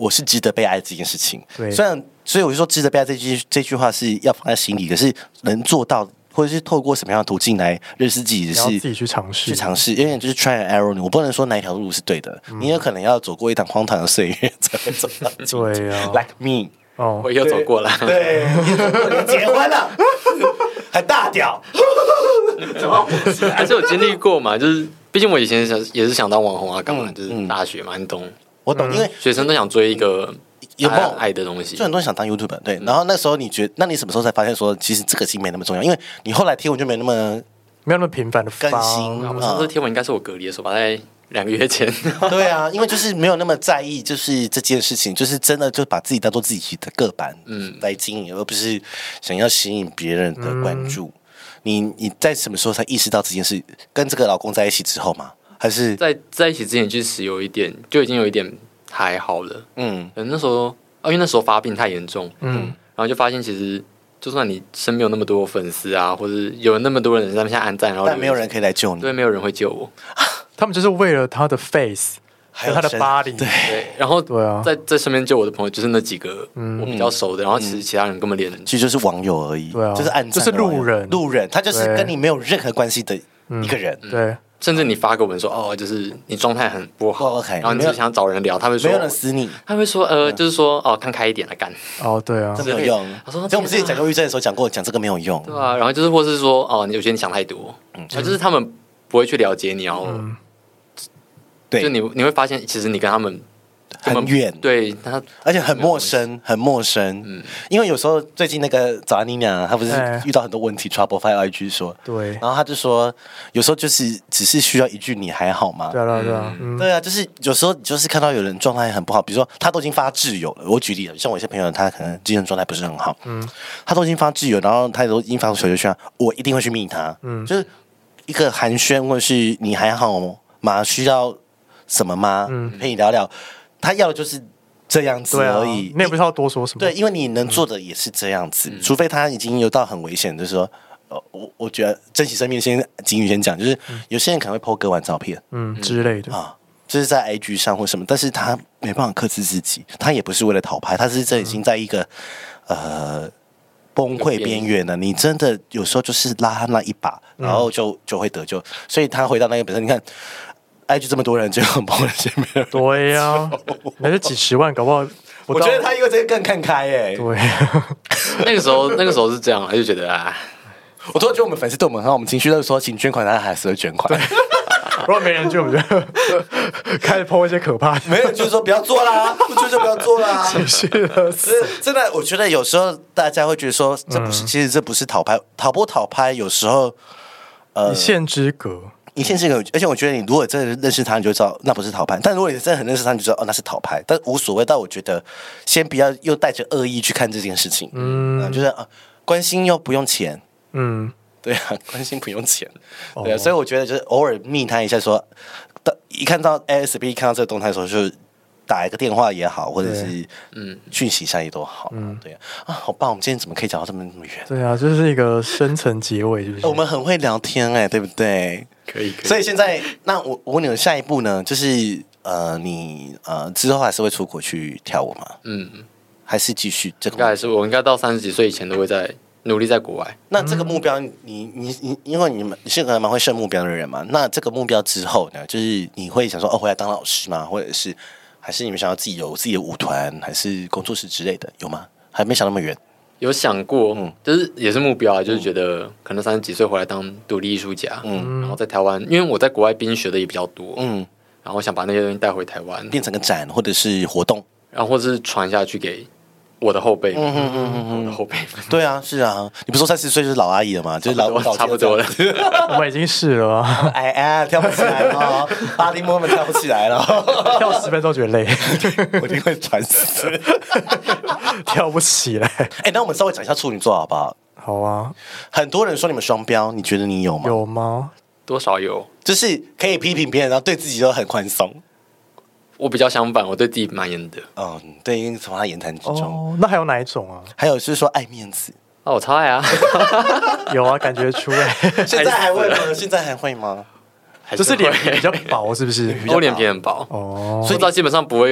我是值得被爱这件事情。 对， 所以我就说值得被爱这句话是要放在心里，可是能做到。或者是透过什么样的途径来认识自己的是自己去尝试， 因为就是 try and error， 我不能说哪一条路是对的，你有可能要走过一趟荒唐的岁月才会走到今天。 对啊 ，like me， 我也有走过了， 对，你结婚了，还大屌，怎么还是有经历过嘛？就是毕竟我以前也是想当网红啊，干嘛？就是大学嘛，你懂？ 我懂，因为学生都想追一个。有没有爱的东西？ 就很多人想当 YouTuber， 对。然后那时候你觉得，那你什么时候才发现说，其实这个其实没那么重要？因为你后来贴文就没那么频繁的更新。 我上次贴文应该是我隔离的时候，大概2个月前。 对啊，因为就是没有那么在意，就是这件事情，就是真的就把自己当做自己的个版来经营，而不是想要吸引别人的关注。你在什么时候才意识到这件事？跟这个老公在一起之后吗？还是在一起之前，其实就已经有一点。还好了，那时候因为那时候发病太严重，然后就发现其实就算你身边有那么多粉丝啊，或者有那么多人在那边按赞，然后但没有人可以来救你， 对，没有人会救我。 他们就是为了他的 face， 还有他的 body， 对， 然后对啊， 在身边救我的朋友就是那几个我比较熟的，然后其实其他人根本其实就是网友而已， 对啊， 就是按赞， 就是路人， 他就是跟你没有任何关系的一个人， 对。 甚至你发个文说就是你状态很不好，然后你就想找人聊，他会说没有人死你， 他会说就是说看开一点来干。 对啊， 这没有用。他说，我们之前讲忧郁症的时候讲过，讲这个没有用。 对啊，然后就是或是说我觉得你想太多，就是他们不会去了解你，然后对，就你会发现其实你跟他们。 很远， 对他， 而且很陌生，很陌生。因为有时候最近那个早安妮娘，她不是遇到很多问题 ，trouble 发 IG 说， 对， 然后她就说，有时候就是只是需要一句你还好吗？ 对啊， 对啊，就是有时候就是看到有人状态很不好，比如说他都已经发挚友了，我举例了，像我一些朋友，他可能精神状态不是很好，他都已经发挚友，然后他都已经发出小游圈，我一定会去密他，就是一个寒暄或者是你还好吗？需要什么吗？陪你聊聊。他要的就是这样子而已， 你也不知道多说什么。 对，因为你能做的也是这样子，除非他已经有到很危险，就是说，我觉得珍惜生命，景宇先讲，就是有些人可能会 po 割完照片， 之类的啊，就是在 IG 上或什么，但是他没办法克制自己，他也不是为了讨拍，他是已经在一个崩溃边缘了。你真的有时候就是拉他那一把，然后就会得救。所以他回到那个本身，你看。IG 这么多人，结果碰了见面。 对呀，那是几十万，搞不好。 我觉得他因为这个更看开耶。 对， 那个时候是这样，就觉得我突然觉得我们粉丝对我们很好，我们情绪都说请捐款，他还是会捐款。 如果没人捐，我们就开始抛一些可怕的。 没人捐说不要做啦，不捐就不要做啦。 情绪勒索， 真的，我觉得有时候大家会觉得说，其实这不是讨拍，讨拍有时候一线之隔。 一线之隔，而且我觉得你如果真的认识他，你就知道那不是讨拍；但如果你真的很认识他，你就知道那是讨拍。但无所谓，但我觉得先不要又带着恶意去看这件事情。就是关心又不用钱。对啊，关心不用钱。对啊，所以我觉得就是偶尔密他一下说，一看到 ASB 看到这个动态的时候，就打一个电话也好，或者是讯息一下也都好。对啊，好棒！我们今天怎么可以讲到这么远？ 对啊，就是一个深层结尾，是不是？ 我们很会聊天对不对？ 可以。 所以现在，那我问你们下一步呢？就是你之后还是会出国去跳舞吗？还是继续这个？ 应该还是我应该到30几岁以前都会在努力在国外。 那这个目标，你因为你是可能蛮会设目标的人嘛？那这个目标之后呢？就是你会想说回来当老师吗？或者是还是你们想要自己有自己的舞团，还是工作室之类的？有吗？还没想那么远。 有想过，就是也是目标啊，就是觉得可能30几岁回来当独立艺术家，然后在台湾，因为我在国外学的也比较多，然后我想把那些东西带回台湾， 变成个展或者是活动， 然后或者是传下去给我的后辈，我的后辈们。 对啊，是啊，你不是说30岁就是老阿姨了吗？就是老差不多了， 我们已经是了啊。 跳不起来了，Body Movement 跳不起来了， 跳10分钟觉得累， 我一定会喘死， 跳不起来。 那我们稍微讲一下处女座好不好？ 好啊。 很多人说你们双标，你觉得你有吗？ 有吗？ 多少有， 就是可以批评别人，然后对自己都很宽松。 我比较相反，我对自己蛮严的。 对，因为从他言谈之中。 那还有哪一种啊？ 还有就是说爱面子。 我超爱啊。 有啊，感觉出来。 现在还会吗？现在还会吗？ 就是脸皮比较薄，是不是？ 我脸皮很薄所以到基本上不会有，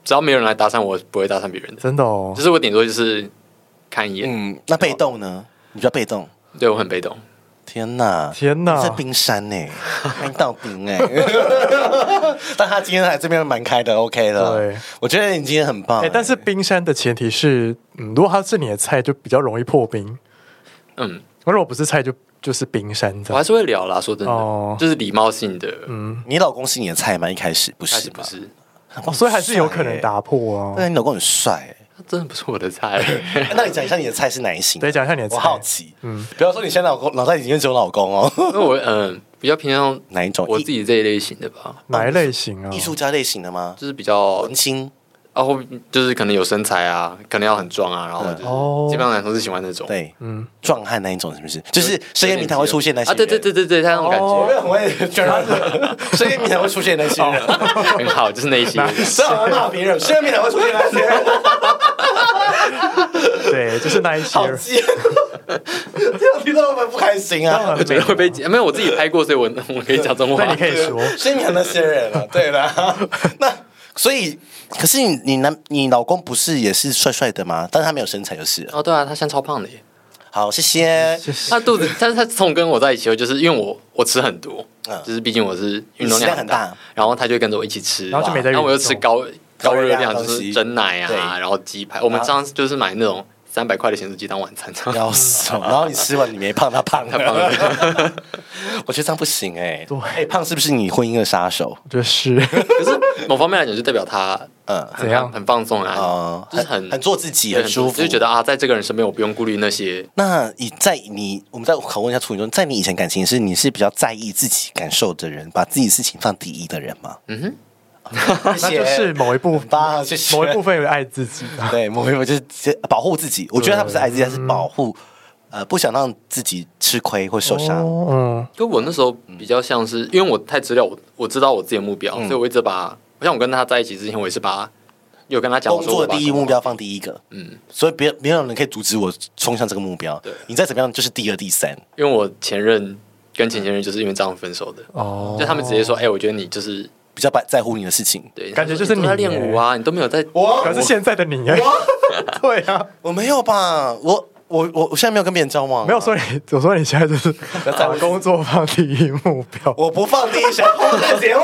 只要没有人来搭讪我，不会搭讪别人的。 真的哦， 就是我顶多就是看一眼。 那被动呢？你比较被动？ 对，我很被动。 天哪， 天哪， 在冰山呢，冰到冰哎！但他今天来这边蛮开的 ，OK 的。对，我觉得你今天很棒。 但是冰山的前提是，如果他是你的菜，就比较容易破冰。如果不是菜，就是冰山。 我还是会聊啦，说真的，就是礼貌性的。 你老公是你的菜吗？一开始不是， 不是。 所以还是有可能打破啊。 但你老公很帅。 他真的不是我的菜。 那你讲一下你的菜是哪一型？ 对，讲一下你的菜。 我好奇。不要说你现在脑袋里面只有老公哦。 因为我比较偏向哪一种？ 我自己这一类型的吧。 哪一类型啊？ 艺术家类型的吗？ 就是比较文青。 或就是可能有身材啊，可能要很壮啊，然后就是基本上男生是喜欢那种， 对，壮汉那一种是不是？就是深夜名堂会出现那些人对，他那种感觉， 我也很会觉得深夜名堂会出现那些人， 很好，就是那些人， 虽然我骂别人，深夜名堂会出现那些人， 对，就是那一些人， 这样听到会不会不开心啊？ 会被没有我自己拍过，所以我可以讲真话， 那你可以说深夜名堂那些人了，对了，那。所以，可是你老公不是也是帅帅的吗？但是他没有身材就是哦，对啊，他现在超胖的耶。 好，谢谢。 他肚子，但是他从跟我在一起后，就是因为我吃很多，就是毕竟我是运动量很大，然后他就跟着我一起吃， 然后就没在运动， 然后我又吃高热量，就是蒸奶啊，然后鸡排。我们上次就是买那种300块的咸酥鸡当晚餐， 要死！然后你吃完你没胖，他胖了。我觉得这样不行哎。对，胖是不是你婚姻的杀手？ 我觉得是。 可是某方面来讲，就代表他怎样很放松啊，就是很做自己，很舒服， 就觉得啊，在这个人身边我不用顾虑那些。 那我们再拷问一下处女座，在你以前感情你是比较在意自己感受的人，把自己事情放第一的人吗？ 那就是某一部分有爱自己， 对，某一部分就是保护自己。我觉得他不是爱自己，他是保护，不想让自己吃亏或受伤。 就我那时候比较像是，因为我太资料，我知道我自己的目标，所以我一直像我跟他在一起之前，我也是有跟他讲工作的第一目标放第一个，所以没有人可以阻止我冲向这个目标。你再怎么样就是第二、第三。 因为我前任跟前任就是因为这样分手的，就他们直接说，我觉得你就是比较在乎你的事情， 对， 感觉就是你在练舞啊，你都没有在， 可是现在的你，对啊， 我没有吧，我现在没有跟别人交往， 没有说你，我说你现在就是把工作放第一目标， 我不放第一，想红的节目，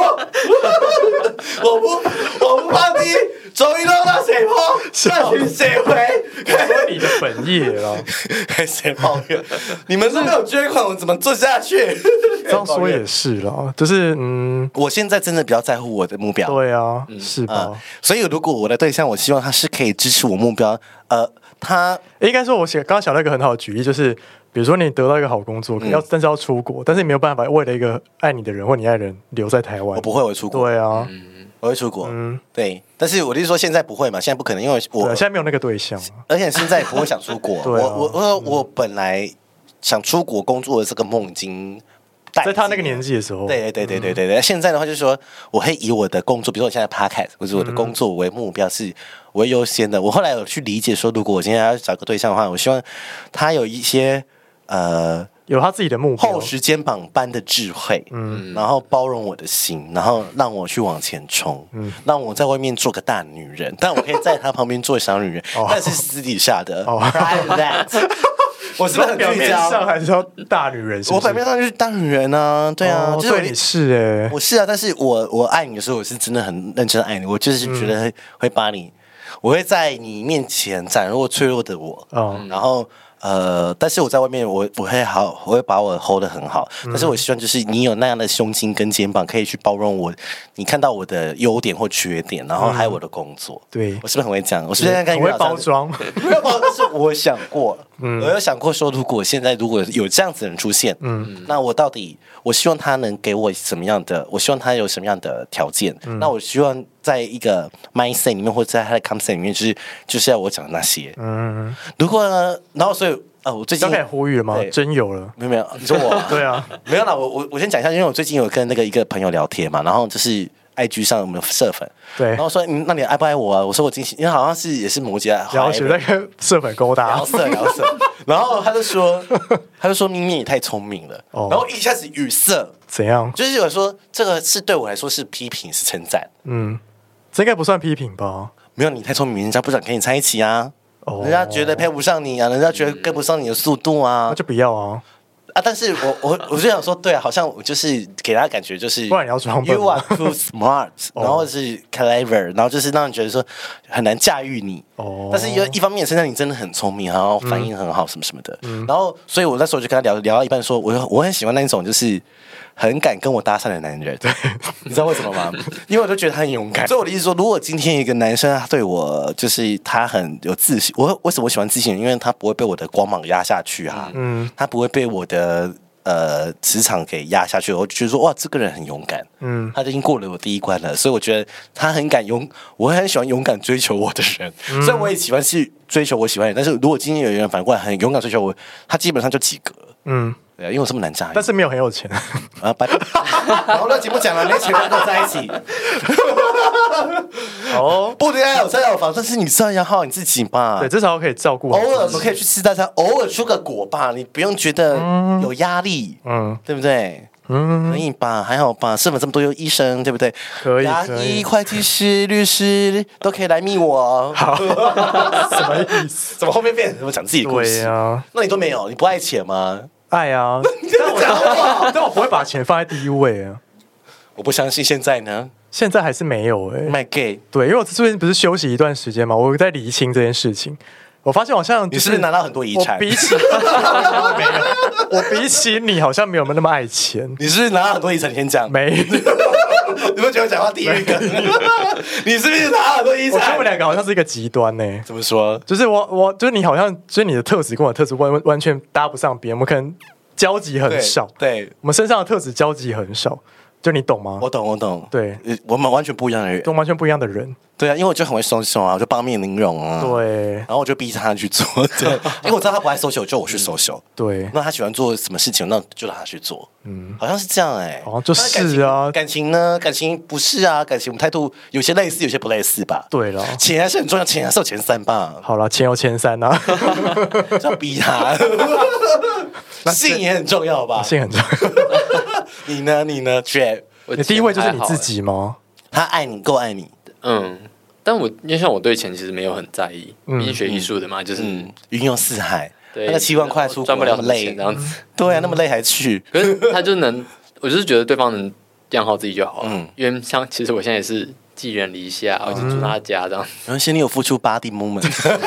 我不放第一，终于弄到谁破，社群谁回， 说你的本业了， 谁抱怨？你们都没有捐款，我怎么做下去？ 这样说也是啦，就是我现在真的比较在乎我的目标， 对啊，是吧？ 所以如果我的对象，我希望他是可以支持我目标，他应该说，我刚刚想到一个很好的举例，就是比如说你得到一个好工作，但是要出国，但是你没有办法为了一个爱你的人或你爱人留在台湾。 我不会，我会出国。 对啊， 我会出国。对。但是我就是说，现在不会嘛，现在不可能，因为我现在没有那个对象， 而且现在也不会想出国。我本来想出国工作的这个梦已经。 在他那个年纪的时候， 对。现在的话就是说，我会以我的工作，比如说我现在 podcast 或者我的工作为目标，是我会优先的。我后来有去理解说，如果我今天要找个对象的话，我希望他有一些有他自己的目标， 厚实肩膀般的智慧，然后包容我的心，然后让我去往前冲，让我在外面做个大女人，但我可以在他旁边做小女人，但是私底下的 private that。我是不是很表面上还是要大女人？ 我表面上就是大女人啊，对啊， 就是你是我是啊，但是我爱你的时候，我是真的很认真爱你，我就是觉得会把你，我会在你面前展露脆弱的我，然后但是我在外面我会把我 hold 得很好，但是我希望就是你有那样的胸襟跟肩膀，可以去包容我，你看到我的优点或缺点，然后还有我的工作， 对我是不是很会讲？我是不是很会包装？ 没有包装，但是我想过，我有想过说，如果现在如果有这样子的人出现，那我到底我希望他能给我什么样的？我希望他有什么样的条件？那我希望在一个 mindset 里面，或者在他的 concept 里面，就是要我讲的那些。如果呢，然后所以我最近刚才呼吁了吗？真有了？ 没有，你说我？ 对啊， 没有啦。我先讲一下，因为我最近有跟一个朋友聊天嘛，然后就是 IG 上我们社粉， 对， 然后说那你爱不爱我啊？我说我惊喜，因为好像是也是摩羯， 然后在跟社粉勾搭， 聊色，然后他就说咪咪你太聪明了，然后一下子语塞， 怎样？ 就是有说这个是对我来说是批评是称赞， 这应该不算批评吧？ 没有，你太聪明，人家不想跟你在一起啊。人家觉得配不上你啊，人家觉得跟不上你的速度啊， 那就不要啊。 但是我就想说，对啊，好像我就是给他感觉就是， 不然你要装笨 ，You are too smart，然后是 clever，然后就是让人觉得说很难驾驭你。但是一方面，身上你真的很聪明，然后反应很好，什么什么的。然后，所以我那时候就跟他聊到一半说，我很喜欢那种就是很敢跟我搭讪的男人。对，你知道为什么吗？因为我就觉得他很勇敢。所以我的意思说，如果今天一个男生他对我就是他很有自信，我为什么喜欢自信？因为他不会被我的光芒压下去啊，他不会被我的磁场给压下去，我就觉得说哇，这个人很勇敢，他已经过了我第一关了，所以我觉得他很敢我很喜欢勇敢追求我的人，所以我也喜欢去追求我喜欢的人。但是如果今天有人反过来很勇敢追求我，他基本上就及格了，对啊，因为我这么难驾驭， 但是没有很有钱啊，拜拜。然后那节目讲了，没钱跟我在一起。不一定要有车有房，但是你至少要好你自己吧。 对，至少可以照顾好。 偶尔我可以去吃大餐，偶尔出个国吧，你不用觉得有压力，对不对？可以吧？还好吧？社粉这么多，有医生，对不对？ 可以， 牙医、会计师、律师都可以来密我。 好，什么意思？ 怎么后面变成讲自己的故事？ 对啊， 那你都没有，你不爱钱吗？ 爱啊，但我不会把钱放在第一位啊。 我不相信现在呢。 现在还是没有卖 gay。 对，因为我最近不是休息一段时间嘛，我在厘清这件事情。我发现好像你是不是拿到很多遗产？ 我比起没有，我比起你好像没有那么爱钱。 你是不是拿到很多遗产？你先讲。 没。 你们觉得讲话地狱梗？你是不是拿到很多遗产？ 我觉得我们两个好像是一个极端呢。 怎么说？ 就是我就是你好像就是你的特质跟我的特质完全搭不上边，我们可能交集很少。 对， 我们身上的特质交集很少。就你懂吗？ 我懂。 对， 我们完全不一样的人， 都完全不一样的人。 对啊，因为我就很会 social 啊，我就八面玲珑啊。 对， 然后我就逼他去做，对，因为我知道他不爱 social，就我去 social。 对， 那他喜欢做什么事情，那就让他去做。好像是这样好像就是啊。 感情呢？感情不是啊，感情我们态度有些类似，有些不类似吧。 对了， 钱还是很重要，钱还是有前三吧。 好了，钱有前三啊， 就要逼他。性也很重要吧？ 性很重要。 你呢 Jeff？ 你第一位就是你自己吗？ 他爱你，够爱你。 但我因为像我对钱其实没有很在意，毕竟学艺术的嘛，就是云游四海，那个7万块出国赚不了那么累这样子。 对啊，那么累还去。 可是他就能，我就是觉得对方能养好自己就好了。因为像其实我现在也是寄人篱下，我就住他家这样。 然后现在你有付出 body moment。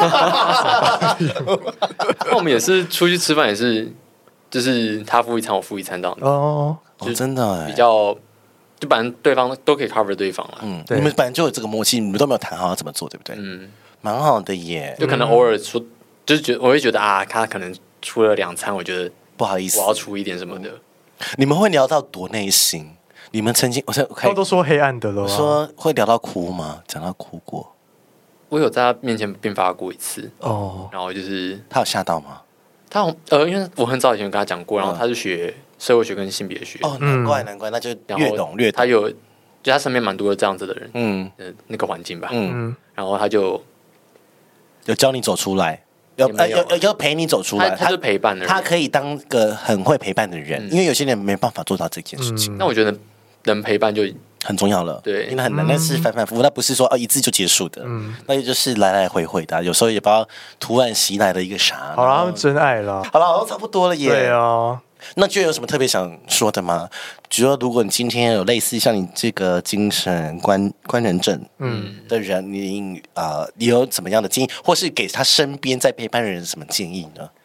那我们也是出去吃饭，也是就是他付一餐，我付一餐这样子。 真的比较。就反正对方都可以 cover 对方了。 你们本来就有这个默契，你们都没有谈好要怎么做，对不对？蛮好的耶。 就可能偶尔说，就是我会觉得啊，他可能出了2餐，我觉得不好意思， 我要出一点什么的。 你们会聊到多内心？你们曾经， 他都说黑暗的了， 说会聊到哭吗？讲到哭过？ 我有在他面前变发过一次然后就是他有吓到吗？ 他因为我很早以前跟他讲过，然后他是学社会学跟性别学。 难怪，那就越懂。 他就他身边蛮多这样子的人，那个环境吧，然后他就有教你走出来，要陪你走出来， 他是陪伴的人， 他可以当个很会陪伴的人，因为有些人没办法做到这件事情。 那我觉得能陪伴就很重要了， 对， 因为很难，但是反反复复，那不是说一次就结束的，那就是来来回回的，有时候也不知道突然袭来的一个啥。 好了，他们真爱了。 好了，差不多了耶。 对啊。 那就有什么特别想说的吗？比如说，如果你今天有类似像你这个精神官人症的人，你有怎么样的建议，或是给他身边在陪伴的人什么建议呢？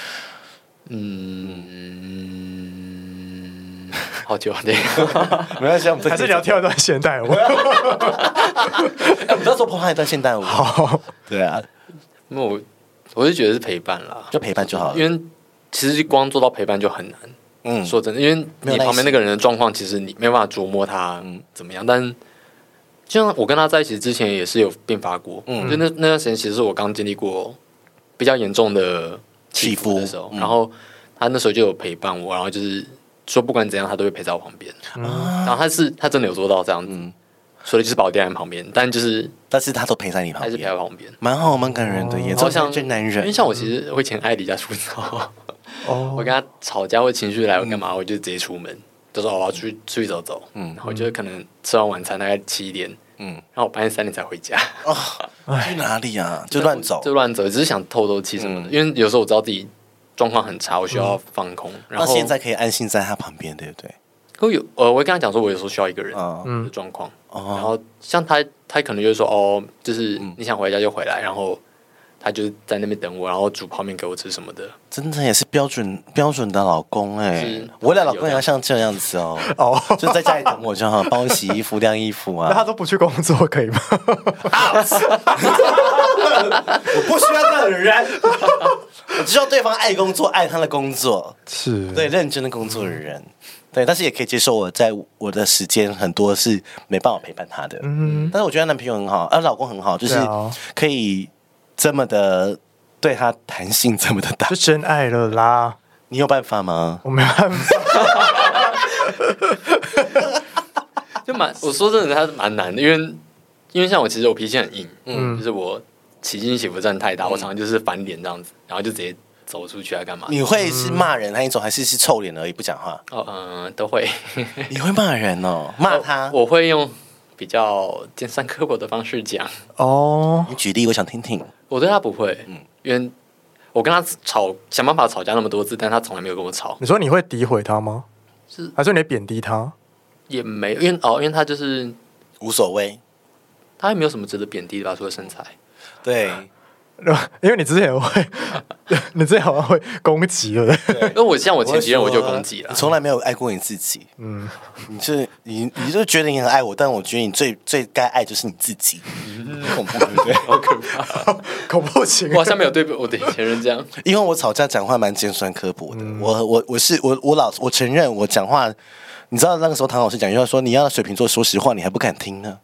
好久对， 没关系，我们还是聊跳一段现代舞。 我们要说碰一段现代舞。 好， 对啊， 那我就觉得是陪伴啦， 就陪伴就好了， 因为。其实光做到陪伴就很难，说真的，因为你旁边那个人的状况，其实你没办法琢磨他怎么样。但就像我跟他在一起之前，也是有变化过，就那段时间，其实是我刚经历过比较严重的起伏的时候，然后他那时候就有陪伴我，然后就是说不管怎样，他都会陪在我旁边。然后他真的有做到这样子，所以就是把我垫在旁边，但是他都陪在你旁边， 还是陪在旁边， 蛮好，蛮感人的耶。就像真男人， 因为像我其实会前爱离家出走。我跟他吵架或情绪来，我干嘛？我就直接出门，就说我要出去走走。然后就可能吃完晚餐大概7点， 然后我半夜3点才回家。 去哪里啊？就乱走， 只是想透透气什么的。因为有时候我知道自己状况很差，我需要放空。然后那现在可以安心在他旁边，对不对？ 我会跟他讲说，我有时候需要一个人的状况。然后像他可能就会说，就是你想回家就回来，然后他就在那边等我，然后煮泡面给我吃什么的。 真的也是标准的老公我的老公也要像这样子就在家里等我就好，帮我洗衣服、晾衣服啊。 那他都不去工作可以吗？ 我不需要这样的人，我只要对方爱工作，爱他的工作， 是对认真的工作的人。对，但是也可以接受我在我的时间很多是没办法陪伴他的。但是我觉得男朋友很好，老公很好，就是可以这么的对他弹性这么的大， 就真爱了啦。 你有办法吗？ 我没办法。 我说真的，他蛮难的，因为像我其实我脾气很硬，就是我起劲起伏真的太大，我常常就是翻脸这样子，然后就直接走出去来干嘛？ 你会是骂人那一种，还是臭脸而已不讲话？ 都会。 你会骂人骂他？ 我会用比较尖酸刻薄的方式讲。 你举例，我想听听。 我对他不会，因为我跟他想办法吵架那么多次，但他从来没有跟我吵。 你说你会诋毁他吗？还是你会贬低他？ 也没有，因为他就是无所谓， 他也没有什么值得贬低的吧，除了身材。 对。 因为你之前好像会攻击了， 因为我像我前几任我就攻击了， 你从来没有爱过你自己，你就觉得你很爱我，但我觉得你最该爱就是你自己，恐怖对不对？ 好可怕， 恐怖情人。 我好像没有对我的前任这样， 因为我吵架讲话蛮尖酸刻薄的，我承认我讲话。你知道那个时候唐老师讲，说你要水瓶座说实话，你还不敢听呢。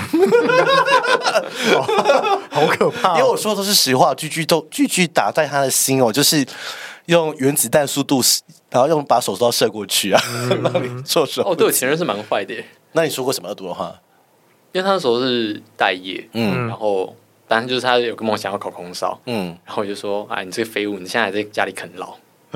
好可怕！ 因为我说的都是实话，句句打在他的心就是用原子弹速度，然后把手刀射过去啊。 对我前任是蛮坏的。 那你说过什么恶毒的话？ 因为他那时候是待业，然后当然就是他有个梦想要考空少，然后我就说，你这个废物，你现在还在家里啃老。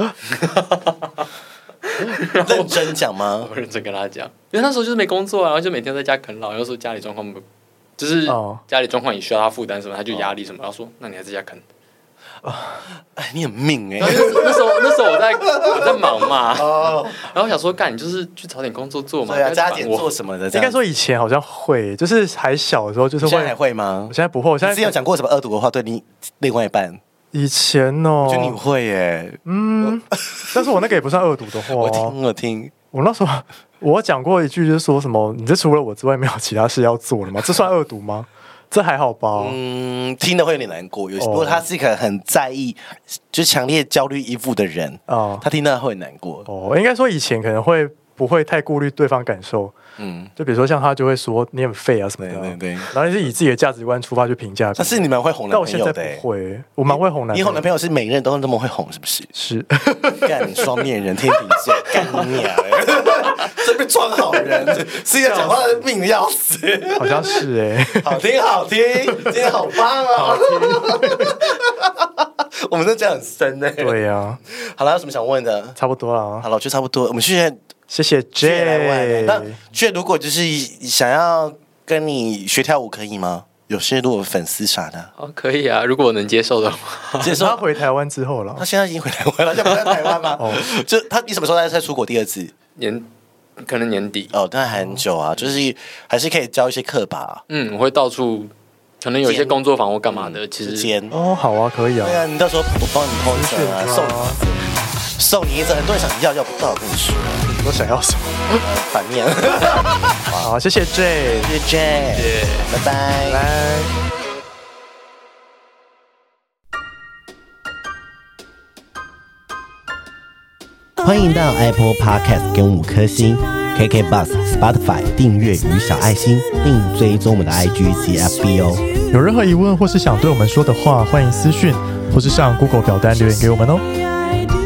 认真讲吗？ 我认真跟他讲，因为那时候就是没工作然后就每天在家啃老，然后说家里状况就是家里状况也需要他负担什么，他就压力什么，然后说那你还在家啃。 你很命那时候我在忙嘛，然后想说干，你就是去找点工作做嘛， 对啊，加点做什么的。 应该说以前好像会，就是还小的时候就是会。 现在还会吗？ 我现在不会。我现在之前有讲过什么恶毒的话对你另外一半？ 以前我觉得你会但是我那个也不算恶毒的话。 我听， 我那时候我讲过一句，就是说什么你这除了我之外没有其他事要做了吗？这算恶毒吗？这还好吧。 听得会有点难过。如果他是一个很在意，就强烈焦虑依附的人他听到会很难过。 应该说以前可能不会太顾虑对方感受。就比如说像他就会说你很废啊什么的，对，然后你是以自己的价值观出发去评价。 但是你蛮会哄男朋友的。 但我现在不会，我蛮会哄男朋友。 你哄男朋友是每个人都那么会哄，是不是？ 是。 干双面人，天秤座，干你娘！这边装好人，是要讲话的命的要死。 好像是好听，今天好棒啊！我们都讲很深对呀。 好了，有什么想问的？ 差不多了。 好了，我觉得差不多。我们现在。 谢谢 J。 那 J 如果就是想要跟你学跳舞可以吗？有些如果粉丝啥的， 可以啊，如果我能接受的话。 接受他回台湾之后了， 他现在已经回台湾了，就不在台湾吗？就你什么时候再出国第二次？ 可能年底。 但还很久啊，就是还是可以教一些课吧。 我会到处，可能有一些工作坊或干嘛的，其实好啊，可以啊。 对啊，你到时候我帮你 po 一个啊，送你一只，很多人想要不到，我跟你说。 你都想要什么？ 反面。 好，谢谢 J， 谢谢 J， 拜拜。欢迎到 Apple Podcast 给我们5颗星 ，KKBox、Spotify 订阅与小爱心，并追踪我们的 IG 及 FB 哦。 有任何疑问或是想对我们说的话，欢迎私讯或是上 Google 表单留言给我们哦。